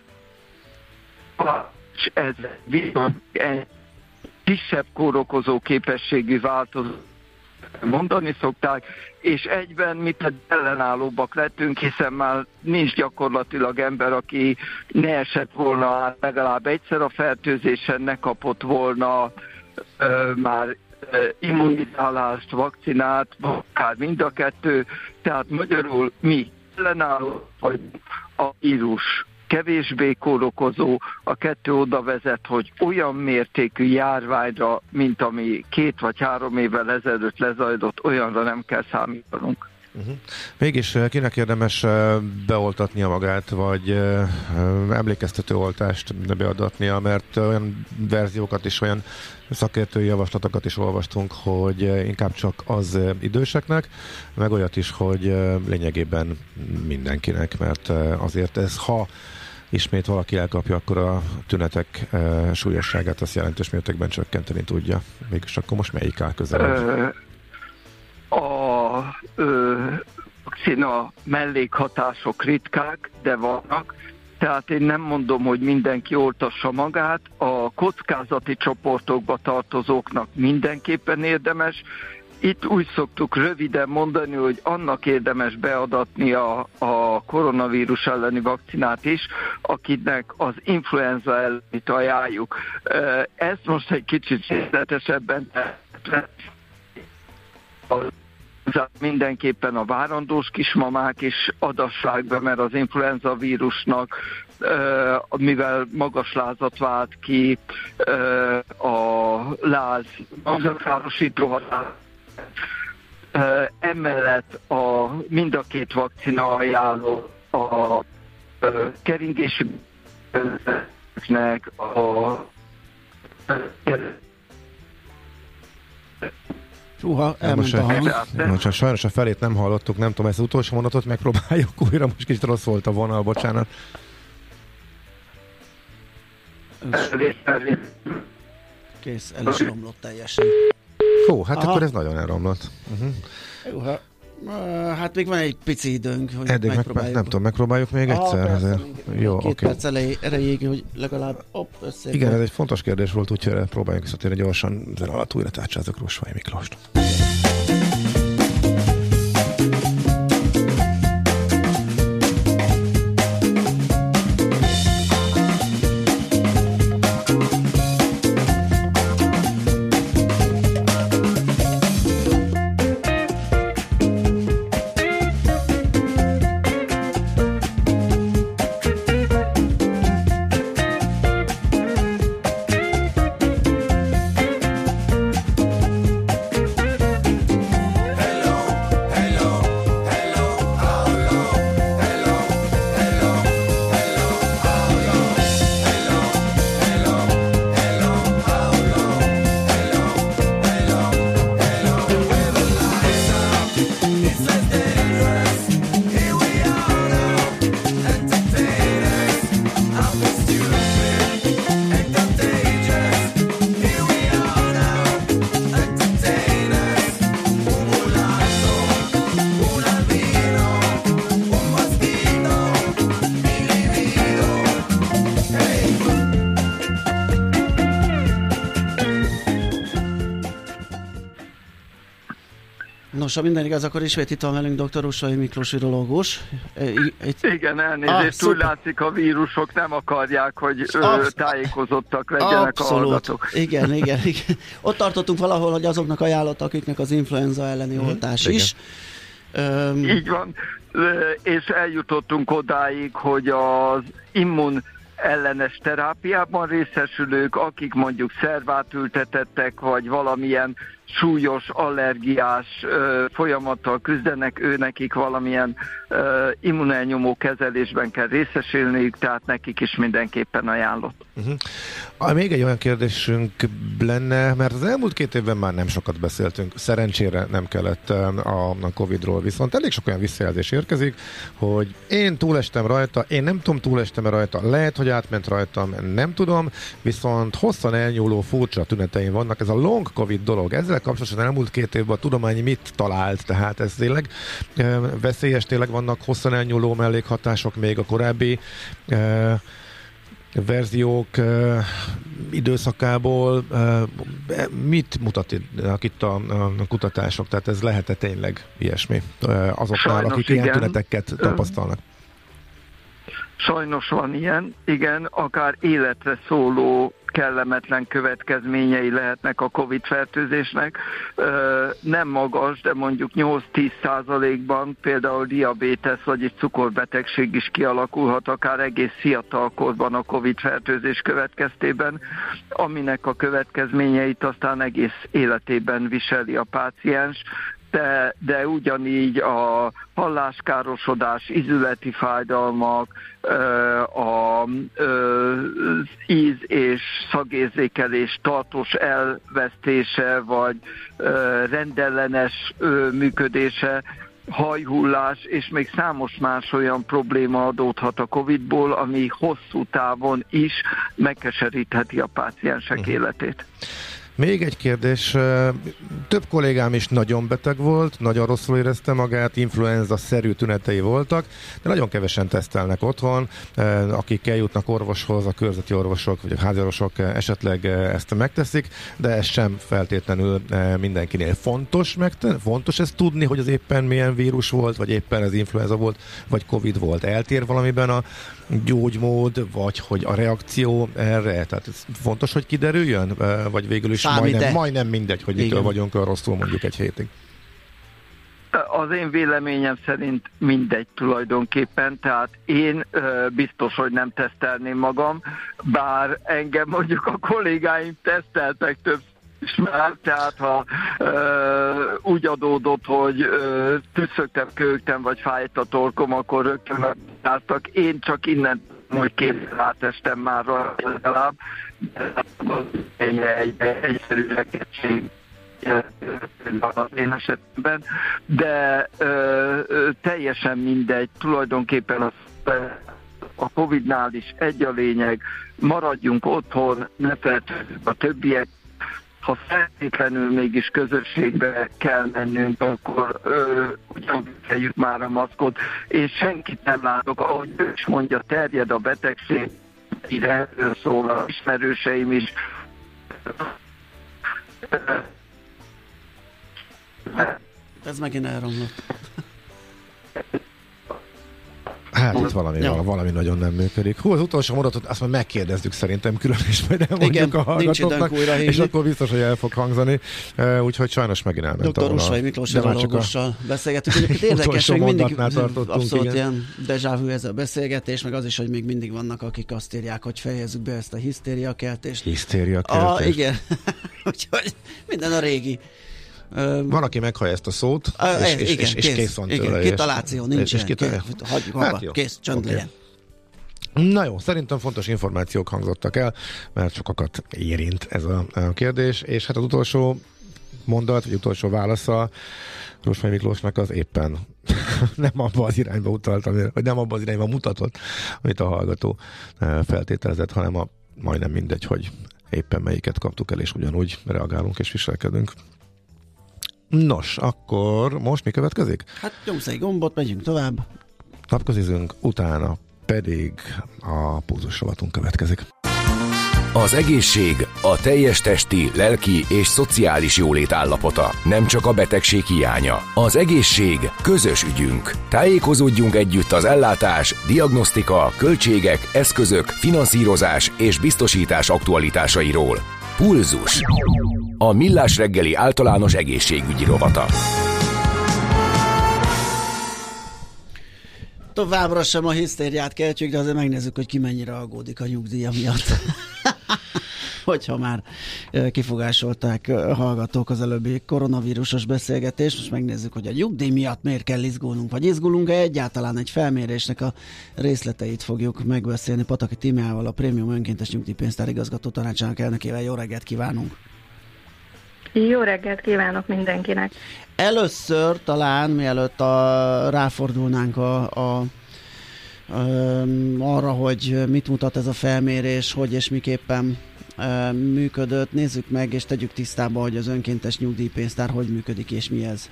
Ez viszont egy kisebb kórokozó képességű változó mondani szokták, és egyben mi pedig ellenállóbbak lettünk, hiszen már nincs gyakorlatilag ember, aki ne esett volna át legalább egyszer a fertőzésen, ne kapott volna ö, már ö, immunizálást, vakcinát, akár mind a kettő, tehát magyarul mi ellenálló vagy a vírus kevésbé kórokozó, a kettő oda vezet, hogy olyan mértékű járványra, mint ami két vagy három évvel ezelőtt lezajlott, olyanra nem kell számítanunk. Uh-huh. Mégis kinek érdemes beoltatnia magát, vagy uh, emlékeztető oltást beadatnia, mert olyan verziókat és olyan szakértői javaslatokat is olvastunk, hogy inkább csak az időseknek, meg olyat is, hogy lényegében mindenkinek, mert azért ez, ha ismét valaki elkapja, akkor a tünetek e, súlyosságát azt jelentős mértékben csökkenteni tudja. Mégis akkor most melyik áll közelebb? A ö, vakcina mellékhatások ritkák, de vannak. Tehát én nem mondom, hogy mindenki oltassa magát. A kockázati csoportokba tartozóknak mindenképpen érdemes. Itt úgy szoktuk röviden mondani, hogy annak érdemes beadatni a, a koronavírus elleni vakcinát is, akinek az influenza ellenit ajánljuk. Ezt most egy kicsit részletesebben mindenképpen a várandós kismamák is adassák be, mert az influenza vírusnak, mivel magas lázat vált ki, a láz magzatkárosító hatás, Uh, emellett a, mind a két vakcina ajánló a uh, keringési nek a Húha, elment a hang. Most sajnos a felét nem hallottuk, nem tudom, ezt az utolsó mondatot megpróbáljuk újra, most kicsit rossz volt a vonal, bocsánat. Kész, el is romlott teljesen. Hú, hát Aha. akkor ez nagyon elromlott. Uh-huh. Jó, hát, hát még van egy pici időnk, hogy Eddig megpróbáljuk. Meg, nem tudom, megpróbáljuk még Aha, egyszer. Persze, azért. Még, Jó, két okay. perc elej, erejéig, hogy legalább op, össze. Igen, ez egy fontos kérdés volt, úgyhogy próbáljunk visszatérni gyorsan, ezen alatt újra tárcsázok Rósvai Miklóst. Nos, ha minden igaz, akkor ismét itt van velünk doktor Ussai Miklós virológus. Itt... Igen, elnézést, ah, úgy látszik, a vírusok nem akarják, hogy Absz- tájékozottak legyenek Abszolút. a hallgatók. Igen, igen, igen. Ott tartottunk valahol, hogy azoknak ajánlott, akiknek az influenza elleni hmm, oltás igen. is. Um... Így van, és eljutottunk odáig, hogy az immun ellenes terápiában részesülők, akik mondjuk szervát vagy valamilyen súlyos allergiás ö, folyamattal küzdenek, ő nekik valamilyen ö, immunelnyomó kezelésben kell részesülniük, tehát nekik is mindenképpen ajánlott. Uh-huh. Még egy olyan kérdésünk lenne, mert az elmúlt két évben már nem sokat beszéltünk, szerencsére nem kellett a, a Covidról, viszont elég sok olyan visszajelzés érkezik, hogy én túlestem rajta, én nem tudom, túlestem rajta, lehet, hogy átment rajtam, nem tudom, viszont hosszan elnyúló furcsa tüneteim vannak, ez a long Covid dolog, ezzel kapcsolatosan elmúlt két évben a tudomány mit talált, tehát ez tényleg e, veszélyes, tényleg vannak hosszan elnyúló mellékhatások még a korábbi e, verziók e, időszakából. E, mit mutatnak itt a, a kutatások? Tehát ez lehet-e tényleg ilyesmi e, azoknál, Sajnos akik igen. ilyen tüneteket tapasztalnak? Sajnos van ilyen, igen, akár életre szóló kellemetlen következményei lehetnek a Covid-fertőzésnek. Nem magas, de mondjuk nyolc-tíz százalékban például diabétesz vagy egy cukorbetegség is kialakulhat, akár egész fiatal korban a Covid-fertőzés következtében, aminek a következményeit aztán egész életében viseli a páciens. De, de ugyanígy a halláskárosodás, ízületi fájdalmak, az íz- és szagérzékelés tartós elvesztése, vagy rendellenes működése, hajhullás, és még számos más olyan probléma adódhat a Covidból, ami hosszú távon is megkeserítheti a páciensek uh-huh. életét. Még egy kérdés, több kollégám is nagyon beteg volt, nagyon rosszul érezte magát, influenza-szerű tünetei voltak, de nagyon kevesen tesztelnek otthon, akik eljutnak orvoshoz, a körzeti orvosok vagy a háziorvosok esetleg ezt megteszik, de ez sem feltétlenül mindenkinél fontos megtenni. Fontos ezt tudni, hogy az éppen milyen vírus volt, vagy éppen ez influenza volt, vagy Covid volt. Eltér valamiben a gyógymód, vagy hogy a reakció erre? Tehát ez fontos, hogy kiderüljön, vagy végül is majdnem, majdnem mindegy, hogy mitől vagyunk rosszul mondjuk egy hétig. Az én véleményem szerint mindegy tulajdonképpen, tehát én ö, biztos, hogy nem tesztelném magam, bár engem mondjuk a kollégáim teszteltek több is már, tehát ha ö, úgy adódott, hogy ö, tüsszögtem, köhögtem, vagy fájt a torkom, akkor rögtön megtáztak. Én csak innen, hogy kétszer átestem már legalább, egy, egy, egy egyszerű rekedtség az én esetben, de ö, ö, teljesen mindegy, tulajdonképpen a, a Covidnál is egy a lényeg, maradjunk otthon, ne felejtsük a többiek, ha feltétlenül mégis közösségbe kell mennünk, akkor ugyan viseljük már a maszkot, és senkit nem látok, ahogy ő is mondja, terjed a betegség, ide szól az ismerőseim is. Ez megint elromlott. Hát itt valami, ja. valami nagyon nem működik. Hú, az utolsó mondatot azt már megkérdezzük szerintem külön, és majd elmondjuk a hallgatóknak, és akkor biztos, hogy el fog hangzani. Uh, úgyhogy sajnos megint elment doktor a vonal. Ussai Miklós virológussal beszélgetünk. Egyébként érdekes, hogy mindig abszolút igen. ilyen déjà vu ez a beszélgetés, meg az is, hogy még mindig vannak, akik azt írják, hogy fejezzük be ezt a hisztériakeltést. Hisztériakeltést. Ah, igen. Úgyhogy minden a régi. Van, aki meghallja ezt a szót, a, és, és, igen, és, és kész, kész van igen, tőle. Kitaláció nincsen. És kitalál... Hagyjuk hát abba, kész, csönd okay. legyen. Na jó, szerintem fontos információk hangzottak el, mert sokakat érint ez a, a kérdés, és hát az utolsó mondat, vagy utolsó válasza Ussai Miklósnak az éppen nem abba az irányba utalt, vagy nem abba az irányba mutatott, amit a hallgató feltételezett, hanem a majdnem mindegy, hogy éppen melyiket kaptuk el, és ugyanúgy reagálunk és viselkedünk. Nos, akkor most mi következik? Hát nyomsz egy gombot, megyünk tovább. Napközizünk, utána pedig a pulzus rovatunk következik. Az egészség a teljes testi, lelki és szociális jólét állapota, nem csak a betegség hiánya. Az egészség közös ügyünk. Tájékozódjunk együtt az ellátás, diagnosztika, költségek, eszközök, finanszírozás és biztosítás aktualitásairól. Pulzus. A Millás reggeli általános egészségügyi rovata. Továbbra sem a hisztériát keltjük, de azért megnézzük, hogy ki mennyire aggódik a nyugdíja miatt. Hogyha már kifogásolták hallgatók az előbbi koronavírusos beszélgetést, most megnézzük, hogy a nyugdíj miatt miért kell izgulnunk, vagy izgulunk-e egyáltalán. Egy felmérésnek a részleteit fogjuk megbeszélni Pataki Tímeával, a Prémium Önkéntes Nyugdíjpénztár igazgató tanácsának elnökével. Jó reggelt kívánunk! Jó reggelt kívánok mindenkinek! Először talán, mielőtt a, ráfordulnánk a, a, a, arra, hogy mit mutat ez a felmérés, hogy és miképpen e, működött, nézzük meg és tegyük tisztába, hogy az önkéntes nyugdíjpénztár hogy működik és mi ez.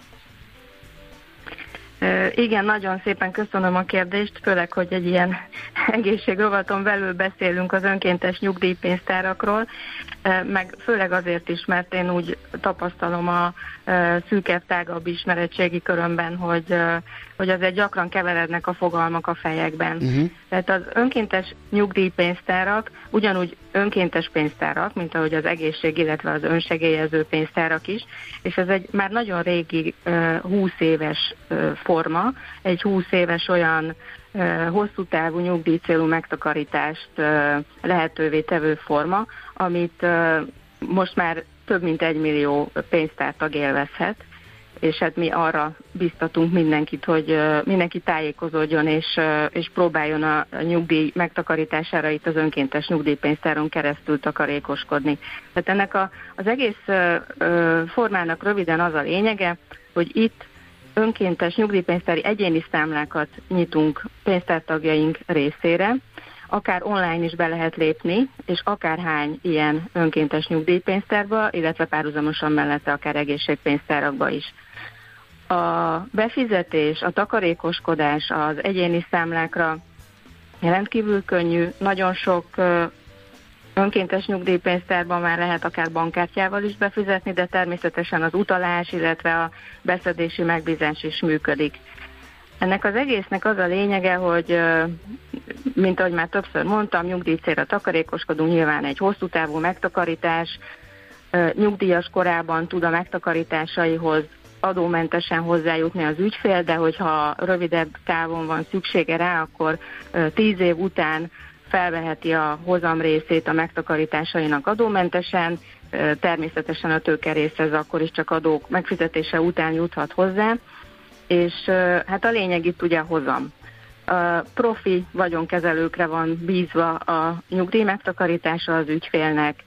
Igen, nagyon szépen köszönöm a kérdést, főleg, hogy egy ilyen egészségrovaton belül beszélünk az önkéntes nyugdíjpénztárakról, meg főleg azért is, mert én úgy tapasztalom a szűkebb, tágabb ismeretségi körömben, hogy, hogy azért gyakran keverednek a fogalmak a fejekben. Uh-huh. Tehát az önkéntes nyugdíjpénztárak ugyanúgy önkéntes pénztárak, mint ahogy az egészség, illetve az önsegélyező pénztárak is, és ez egy már nagyon régi húsz éves forma, egy húsz éves olyan hosszú távú nyugdíjcélú megtakarítást lehetővé tevő forma, amit most már több mint egy millió pénztártag élvezhet, és hát mi arra biztatunk mindenkit, hogy mindenki tájékozódjon, és, és próbáljon a nyugdíj megtakarítására itt az önkéntes nyugdíjpénztáron keresztül takarékoskodni. Tehát ennek a, az egész formának röviden az a lényege, hogy itt önkéntes nyugdíjpénztári egyéni számlákat nyitunk pénztártagjaink részére, akár online is be lehet lépni, és akárhány ilyen önkéntes nyugdíjpénztárba, illetve párhuzamosan mellette akár egészségpénztárakba is. A befizetés, a takarékoskodás az egyéni számlákra rendkívül könnyű, nagyon sok önkéntes nyugdíjpénztárban már lehet akár bankkártyával is befizetni, de természetesen az utalás, illetve a beszedési megbízás is működik. Ennek az egésznek az a lényege, hogy mint ahogy már többször mondtam, nyugdíjcélra takarékoskodunk, nyilván egy hosszú távú megtakarítás, nyugdíjas korában tud a megtakarításaihoz adómentesen hozzájutni az ügyfél, de hogyha rövidebb távon van szüksége rá, akkor tíz év után felveheti a hozam részét a megtakarításainak adómentesen, természetesen a tőkerészhez akkor is csak adók megfizetése után juthat hozzá, és hát a lényeg itt ugye a hozam. A profi vagyonkezelőkre van bízva a nyugdíj megtakarítása az ügyfélnek,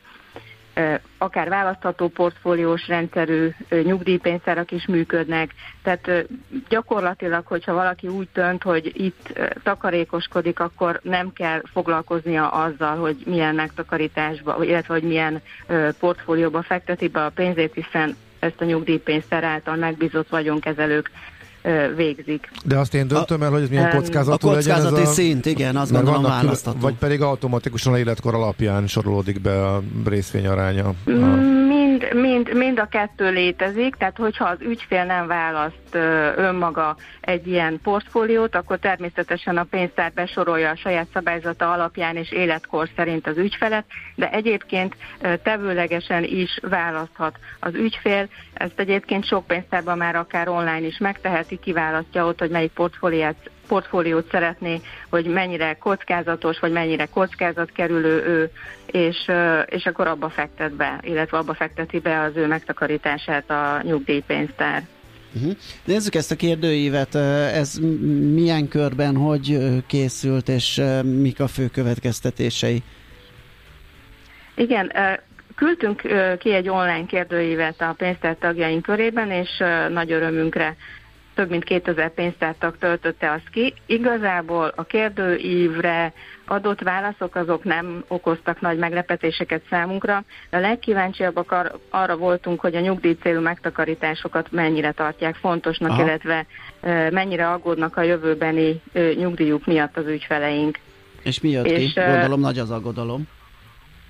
akár választható portfóliós rendszerű nyugdíjpénztárak is működnek, tehát gyakorlatilag, hogyha valaki úgy dönt, hogy itt takarékoskodik, akkor nem kell foglalkoznia azzal, hogy milyen megtakarításba, illetve hogy milyen portfólióba fekteti be a pénzét, hiszen ezt a nyugdíjpénztár által megbízott vagyonkezelők végzik. De azt én döntöm el, hogy ez milyen kockázatú legyen. A kockázati szint, igen, azt gondolom választható. Vagy pedig automatikusan a életkor alapján sorolódik be a részvényaránya? A... Mind, mind, mind a kettő létezik, tehát hogyha az ügyfél nem választ önmaga egy ilyen portfóliót, akkor természetesen a pénztár besorolja a saját szabályzata alapján és életkor szerint az ügyfelet, de egyébként tevőlegesen is választhat az ügyfél. Ezt egyébként sok pénztárban már akár online is megteheti, kiválasztja ott, hogy melyik portfóliót, portfóliót szeretné, hogy mennyire kockázatos, vagy mennyire kockázatkerülő ő, és, és akkor abba fektet be, illetve abba fekteti be az ő megtakarítását a nyugdíjpénztár. Uh-huh. Nézzük ezt a kérdőívet, ez milyen körben, hogy készült, és mik a fő következtetései? Igen, küldtünk ki egy online kérdőívet a pénztár tagjaink körében, és nagy örömünkre több mint kétezer pénztártag töltötte azt ki. Igazából a kérdőívre adott válaszok azok nem okoztak nagy meglepetéseket számunkra, de a legkíváncsiabbak ar- arra voltunk, hogy a nyugdíjcélú megtakarításokat mennyire tartják fontosnak, Aha. illetve e, mennyire aggódnak a jövőbeni e, nyugdíjuk miatt az ügyfeleink. És mi jött és, ki? Gondolom nagy az aggodalom.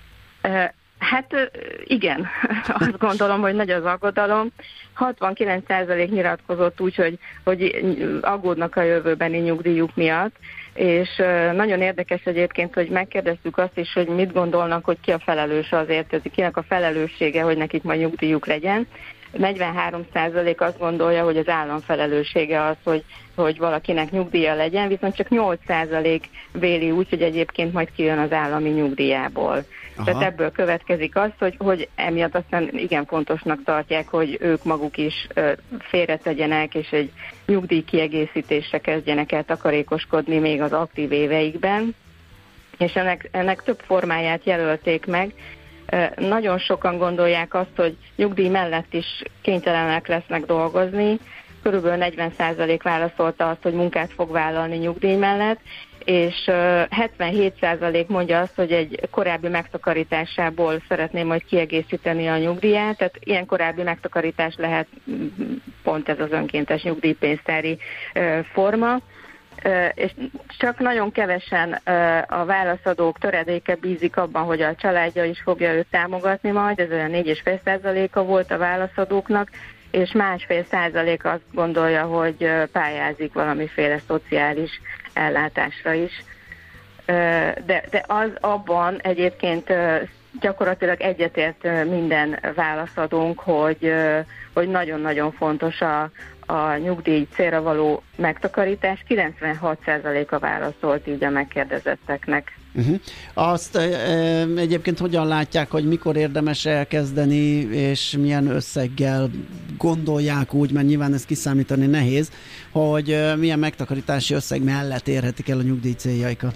Hát igen, azt gondolom, hogy nagy az aggodalom. hatvankilenc százalék nyilatkozott úgy, hogy, hogy aggódnak a jövőbeni nyugdíjuk miatt, és nagyon érdekes egyébként, hogy megkérdeztük azt is, hogy mit gondolnak, hogy ki a felelős azért, hogy kinek a felelőssége, hogy nekik majd nyugdíjuk legyen. negyvenhárom százalék azt gondolja, hogy az állam felelőssége az, hogy, hogy valakinek nyugdíja legyen, viszont csak nyolc százalék véli úgy, hogy egyébként majd kijön az állami nyugdíjából. Aha. Tehát ebből következik az, hogy, hogy emiatt aztán igen fontosnak tartják, hogy ők maguk is félretegyenek, és egy nyugdíjkiegészítésre kezdjenek el takarékoskodni még az aktív éveikben, és ennek, ennek több formáját jelölték meg. Nagyon sokan gondolják azt, hogy nyugdíj mellett is kénytelenek lesznek dolgozni. Körülbelül negyven százalék válaszolta azt, hogy munkát fog vállalni nyugdíj mellett, és hetvenhét százalék mondja azt, hogy egy korábbi megtakarításából szeretné majd kiegészíteni a nyugdíját, tehát ilyen korábbi megtakarítás lehet pont ez az önkéntes nyugdíjpénztári forma. És csak nagyon kevesen a válaszadók töredéke bízik abban, hogy a családja is fogja őt támogatni majd, ez olyan négy egész öt százaléka volt a válaszadóknak, és másfél százalék azt gondolja, hogy pályázik valamiféle szociális ellátásra is. De, de az abban egyébként gyakorlatilag egyetért minden válaszadónk, hogy, hogy nagyon-nagyon fontos a, a nyugdíj célra való megtakarítás. kilencvenhat százaléka válaszolt így a megkérdezetteknek. Uh-huh. Azt e, egyébként hogyan látják, hogy mikor érdemes elkezdeni, és milyen összeggel gondolják úgy, mert nyilván ezt kiszámítani nehéz, hogy e, milyen megtakarítási összeg mellett érhetik el a nyugdíj céljaikat?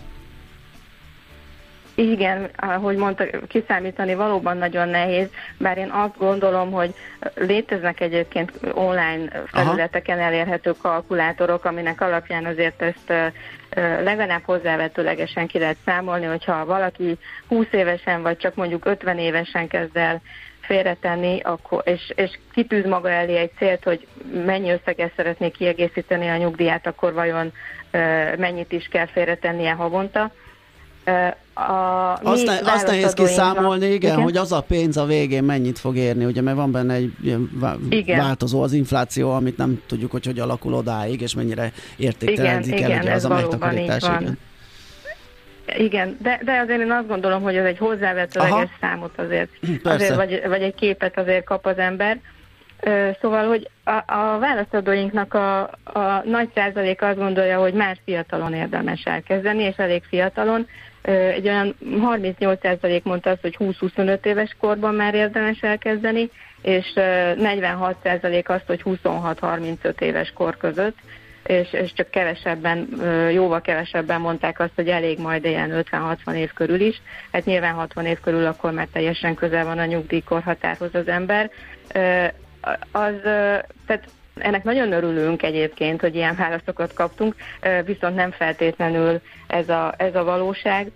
Igen, ahogy mondta, kiszámítani valóban nagyon nehéz, bár én azt gondolom, hogy léteznek egyébként online felületeken elérhető kalkulátorok, aminek alapján azért ezt legalább hozzávetőlegesen ki lehet számolni, hogyha valaki húsz évesen, vagy csak mondjuk ötven évesen kezd el félretenni, akkor, és, és kitűz maga elé egy célt, hogy mennyi összeget szeretné kiegészíteni a nyugdíját, akkor vajon mennyit is kell félretennie havonta. A azt, ne, azt nehéz kiszámolni, igen, igen, hogy az a pénz a végén mennyit fog érni, ugye, mert van benne egy ilyen változó az infláció, amit nem tudjuk, hogy hogy alakul odáig, és mennyire értéktelenedik el, ugye, az a megtakarítás. Igen, igen de, de azért én azt gondolom, hogy ez egy hozzávetőleges számot azért, azért vagy, vagy egy képet azért kap az ember. Szóval, hogy a, a válaszadóinknak a, a nagy százalék azt gondolja, hogy már fiatalon érdemes elkezdeni, és elég fiatalon. Egy olyan harmincnyolc százalék mondta azt, hogy húsz-huszonöt éves korban már érdemes elkezdeni, és negyvenhat százalék azt, hogy huszonhat-harmincöt éves kor között, és, és csak kevesebben, jóval kevesebben mondták azt, hogy elég majd ilyen ötven-hatvan év körül is. Hát nyilván hatvan év körül akkor már teljesen közel van a nyugdíjkorhatárhoz az ember. Az, tehát ennek nagyon örülünk egyébként, hogy ilyen válaszokat kaptunk, viszont nem feltétlenül ez a, ez a valóság.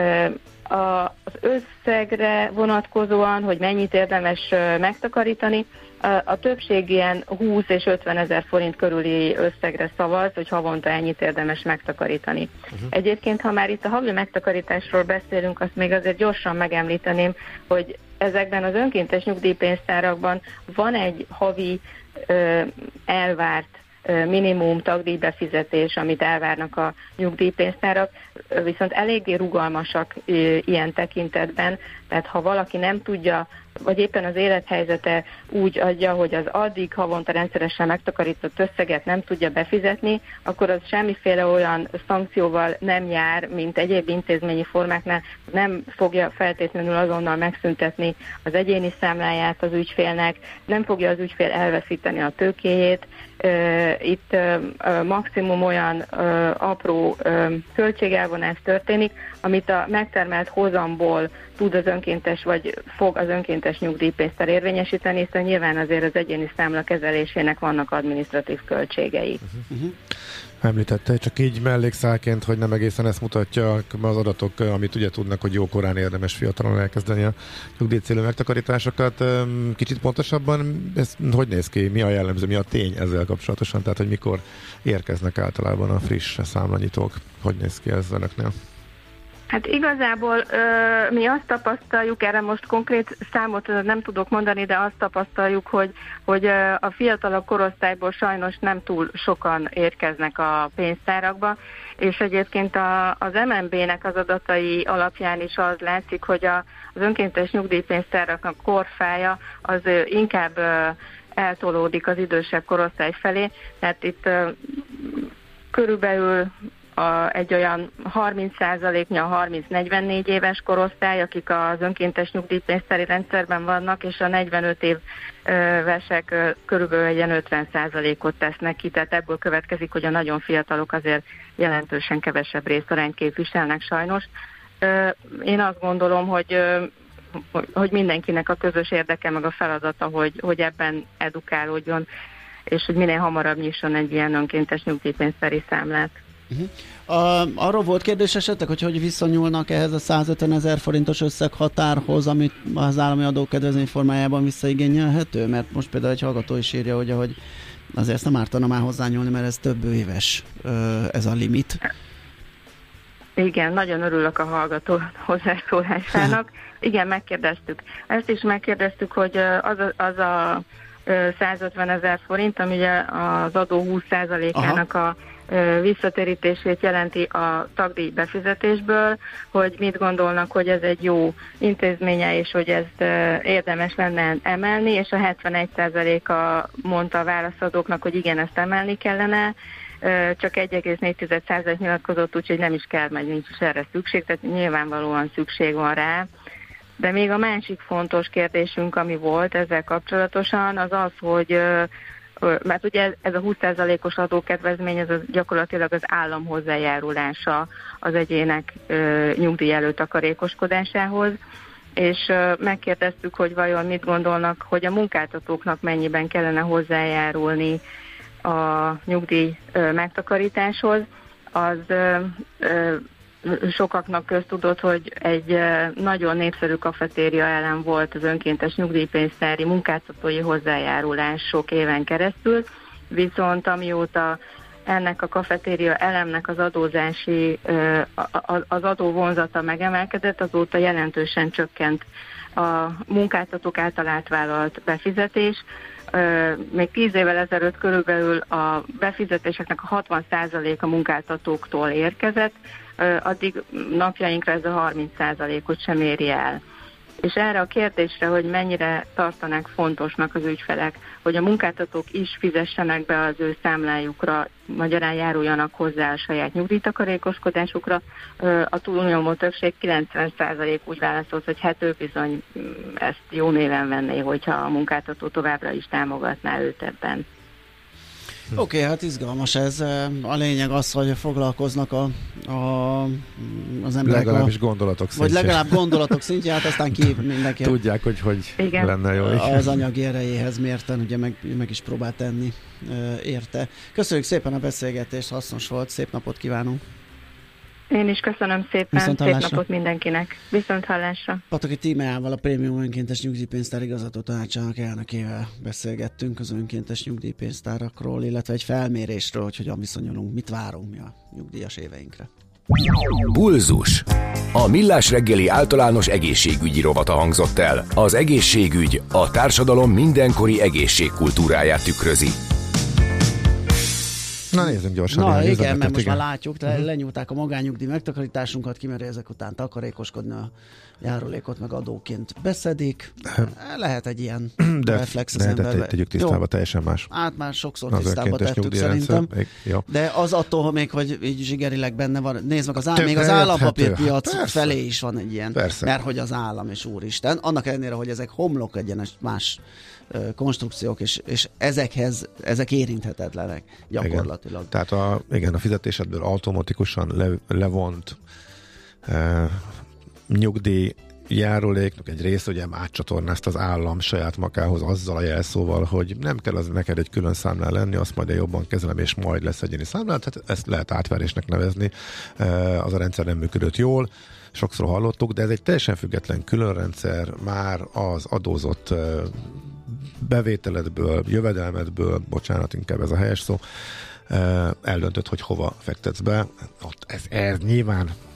Az összegre vonatkozóan, hogy mennyit érdemes megtakarítani, a többség ilyen húsz és ötven ezer forint körüli összegre szavaz, hogy havonta ennyit érdemes megtakarítani. Uh-huh. Egyébként, ha már itt a havi megtakarításról beszélünk, azt még azért gyorsan megemlíteném, hogy ezekben az önkéntes nyugdíjpénztárakban van egy havi ö, elvárt ö, minimum tagdíjbefizetés, amit elvárnak a nyugdíjpénztárak, viszont eléggé rugalmasak ö, ilyen tekintetben, tehát ha valaki nem tudja, vagy éppen az élethelyzete úgy adja, hogy az addig havonta rendszeresen megtakarított összeget nem tudja befizetni, akkor az semmiféle olyan szankcióval nem jár, mint egyéb intézményi formáknál, nem fogja feltétlenül azonnal megszüntetni az egyéni számláját az ügyfélnek, nem fogja az ügyfél elveszíteni a tőkéjét. Itt maximum olyan apró költségelvonás történik, amit a megtermelt hozamból tud az önkéntes, vagy fog az önkéntes nyugdíjpénztár érvényesíteni, hiszen nyilván azért az egyéni számla kezelésének vannak adminisztratív költségei. Uh-huh. Uh-huh. Említette, csak így mellékszálként, hogy nem egészen ezt mutatja az adatok, amit ugye tudnak, hogy jókorán érdemes fiatalon elkezdeni a nyugdíjcélú megtakarításokat. Kicsit pontosabban, ez hogy néz ki? Mi a jellemző, mi a tény ezzel kapcsolatosan? Tehát, hogy mikor érkeznek általában a friss számlanyitók? Hogy néz ki ez önöknél? Hát igazából ö, mi azt tapasztaljuk, erre most konkrét számot nem tudok mondani, de azt tapasztaljuk, hogy, hogy ö, a fiatalabb korosztályból sajnos nem túl sokan érkeznek a pénztárakba, és egyébként a, az em en bé-nek az adatai alapján is az látszik, hogy a, az önkéntes nyugdíjpénztáraknak korfája az ö, inkább ö, eltolódik az idősebb korosztály felé, tehát itt ö, körülbelül A, egy olyan harminc százaléknyi a harminc-negyvennégy éves korosztály, akik az önkéntes nyugdíjpénztári rendszerben vannak, és a negyvenöt évesek körülbelül egy ilyen ötven százalékot tesznek ki, tehát ebből következik, hogy a nagyon fiatalok azért jelentősen kevesebb részarányt képviselnek sajnos. Én azt gondolom, hogy hogy mindenkinek a közös érdeke meg a feladata, hogy, hogy ebben edukálódjon, és hogy minél hamarabb nyisson egy ilyen önkéntes nyugdíjpénztári számlát. Uh-huh. A, arról volt kérdés esetleg, hogy hogy viszonyulnak ehhez a százötven ezer forintos összeghatárhoz, amit az állami adókedvezmény formájában visszaigényelhető? Mert most például egy hallgató is írja, hogy, hogy azért ezt nem ártana már hozzányúlni, mert ez több éves ez a limit. Igen, nagyon örülök a hallgató hozzászólásának. Igen, megkérdeztük. Ezt is megkérdeztük, hogy az a, az a százötven ezer forint, ami ugye az adó húsz százalékának a visszatérítését jelenti a tagdíj befizetésből, hogy mit gondolnak, hogy ez egy jó intézménye, és hogy ezt érdemes lenne emelni, és a hetvenegy százaléka mondta a válaszadóknak, hogy igen, ezt emelni kellene, csak egy egész négy százalék nyilatkozott, úgyhogy nem is kell, mert nincs is erre szükség, tehát nyilvánvalóan szükség van rá. De még a másik fontos kérdésünk, ami volt ezzel kapcsolatosan, az az, hogy mert ugye ez a húsz százalékos adókedvezmény, ez gyakorlatilag az állam hozzájárulása az egyének nyugdíj előtakarékoskodásához, és megkérdeztük, hogy vajon mit gondolnak, hogy a munkáltatóknak mennyiben kellene hozzájárulni a nyugdíj megtakarításhoz. Az sokaknak köztudott, hogy egy nagyon népszerű kafetéria ellen volt az önkéntes nyugdíjpénztári munkáltatói hozzájárulás sok éven keresztül, viszont amióta ennek a kafetéria elemnek az adózási, az adó vonzata megemelkedett, azóta jelentősen csökkent a munkáltatók által átvállalt befizetés. Még tíz évvel ezelőtt körülbelül a befizetéseknek a hatvan százaléka munkáltatóktól érkezett, addig napjainkra ez a harminc százalékot sem éri el. És erre a kérdésre, hogy mennyire tartanák fontosnak az ügyfelek, hogy a munkáltatók is fizessenek be az ő számlájukra, magyarán járuljanak hozzá a saját nyugdíjtakarékoskodásukra, a túlnyomó többség kilencven százalék úgy válaszolt, hogy hát ő bizony ezt jó néven venné, hogyha a munkáltató továbbra is támogatná őt ebben. Oké, okay, hát izgalmas ez. A lényeg az, hogy foglalkoznak a, a, az emberek. Legalábbis a, gondolatok szintjén. Vagy legalább gondolatok szintjén, hát aztán ki mindenki. Tudják, hogy hogy igen. lenne jó. Az anyagi erejéhez mérten, ugye meg, meg is próbál tenni érte. Köszönjük szépen a beszélgetést, hasznos volt, szép napot kívánunk. Én is köszönöm szépen, szép napot mindenkinek. Viszont hallásra. Pataki Tímeával, a Prémium Önkéntes Nyugdíjpénztár igazgató tanácsának elnökével beszélgettünk az önkéntes nyugdíjpénztárakról, illetve egy felmérésről, hogy hogyan viszonyulunk, mit várunk mi a nyugdíjas éveinkre. Pulzus. A Millás reggeli általános egészségügyi rovata hangzott el. Az egészségügy a társadalom mindenkori egészségkultúráját tükrözi. Na nézzünk gyorsan. Na igen, üzenetet, mert most igen. Már látjuk, de uh-huh. lenyúlták a magányugdíj megtakarításunkat, kimeri ezek után takarékoskodni, a járulékot meg adóként beszedik. Lehet egy ilyen de, reflex az de, emberbe. De tegyük tisztába, teljesen más. Hát már sokszor tisztába tettük szerintem. Jó. De az attól, még hogy így zsigerileg benne van, nézd meg, az áll, még az állampapírpiac hát, felé is van egy ilyen, persze. Mert hogy az állam és úristen. Annak ellenére, hogy ezek homlok egyenes más konstrukciók, és, és ezekhez, ezek érinthetetlenek gyakorlatilag. Igen. Tehát a, igen, a fizetésedből automatikusan le, levont e, nyugdíj járuléknak egy része, ugye átcsatornázt az állam saját magához azzal a jelszóval, hogy nem kell az neked egy külön számlán lenni, azt majd jobban kezelem, és majd lesz egyéni számlán, tehát ezt lehet átverésnek nevezni. E, az a rendszer nem működött jól, sokszor hallottuk, de ez egy teljesen független külön rendszer, már az adózott bevételedből, jövedelmedből, bocsánat, inkább ez a helyes szó, eldöntött, hogy hova fektetsz be. Ott ez, ez nyilván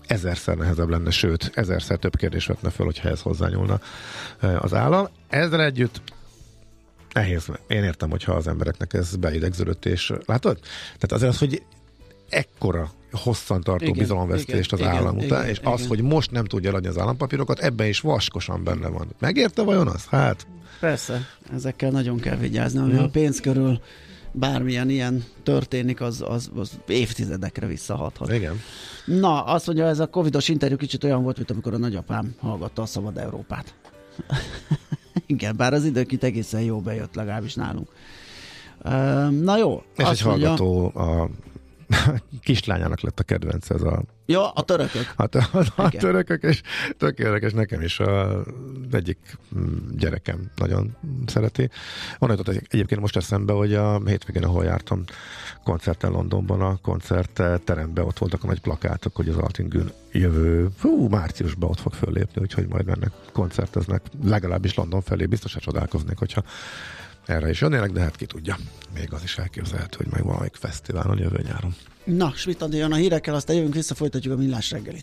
ezerszer nehezebb lenne, sőt, ezerszer több kérdés vetne föl, hogyha ez hozzányúlna az állam. Ezzel együtt nehéz. Én értem, hogyha az embereknek ez beidegződött, és látod? Tehát azért az, hogy ekkora hosszantartó igen, bizalomvesztést az igen, állam igen, után, igen, és igen. az, hogy most nem tudja eladni az állampapírokat, ebben is vaskosan benne van. Megérte vajon az? Hát... Persze, ezekkel nagyon kell vigyázni, ami hmm. a pénz körül bármilyen ilyen történik, az, az, az évtizedekre visszahathat. Igen. Na, azt mondja, ez a covidos interjú kicsit olyan volt, mint amikor a nagyapám hallgatta a Szabad Európát. Igen, bár az idők egészen jó bejött, legalábbis nálunk. Na jó. És egy mondja, hallgató a kislányának lett a kedvence ez a... Ja, a törökök. A, a, a törökök, és tök érdekes, nekem is a, egyik gyerekem nagyon szereti. Van jutott egyébként most eszembe, hogy a hétvégén, ahol jártam koncerten Londonban, a koncertteremben ott voltak a nagy plakátok, hogy az Altingűn jövő, hú, márciusban ott fog föllépni, úgyhogy majd mennek, koncerteznek, legalábbis London felé, biztos, hogy csodálkoznék, hogyha erre is jönnének, de hát ki tudja. Még az is elképzelhető, hogy meg valamelyik fesztiválon jövő nyáron. Na, Schmidt Andi jön a hírekkel, aztán jövünk vissza, folytatjuk a Millás reggelit.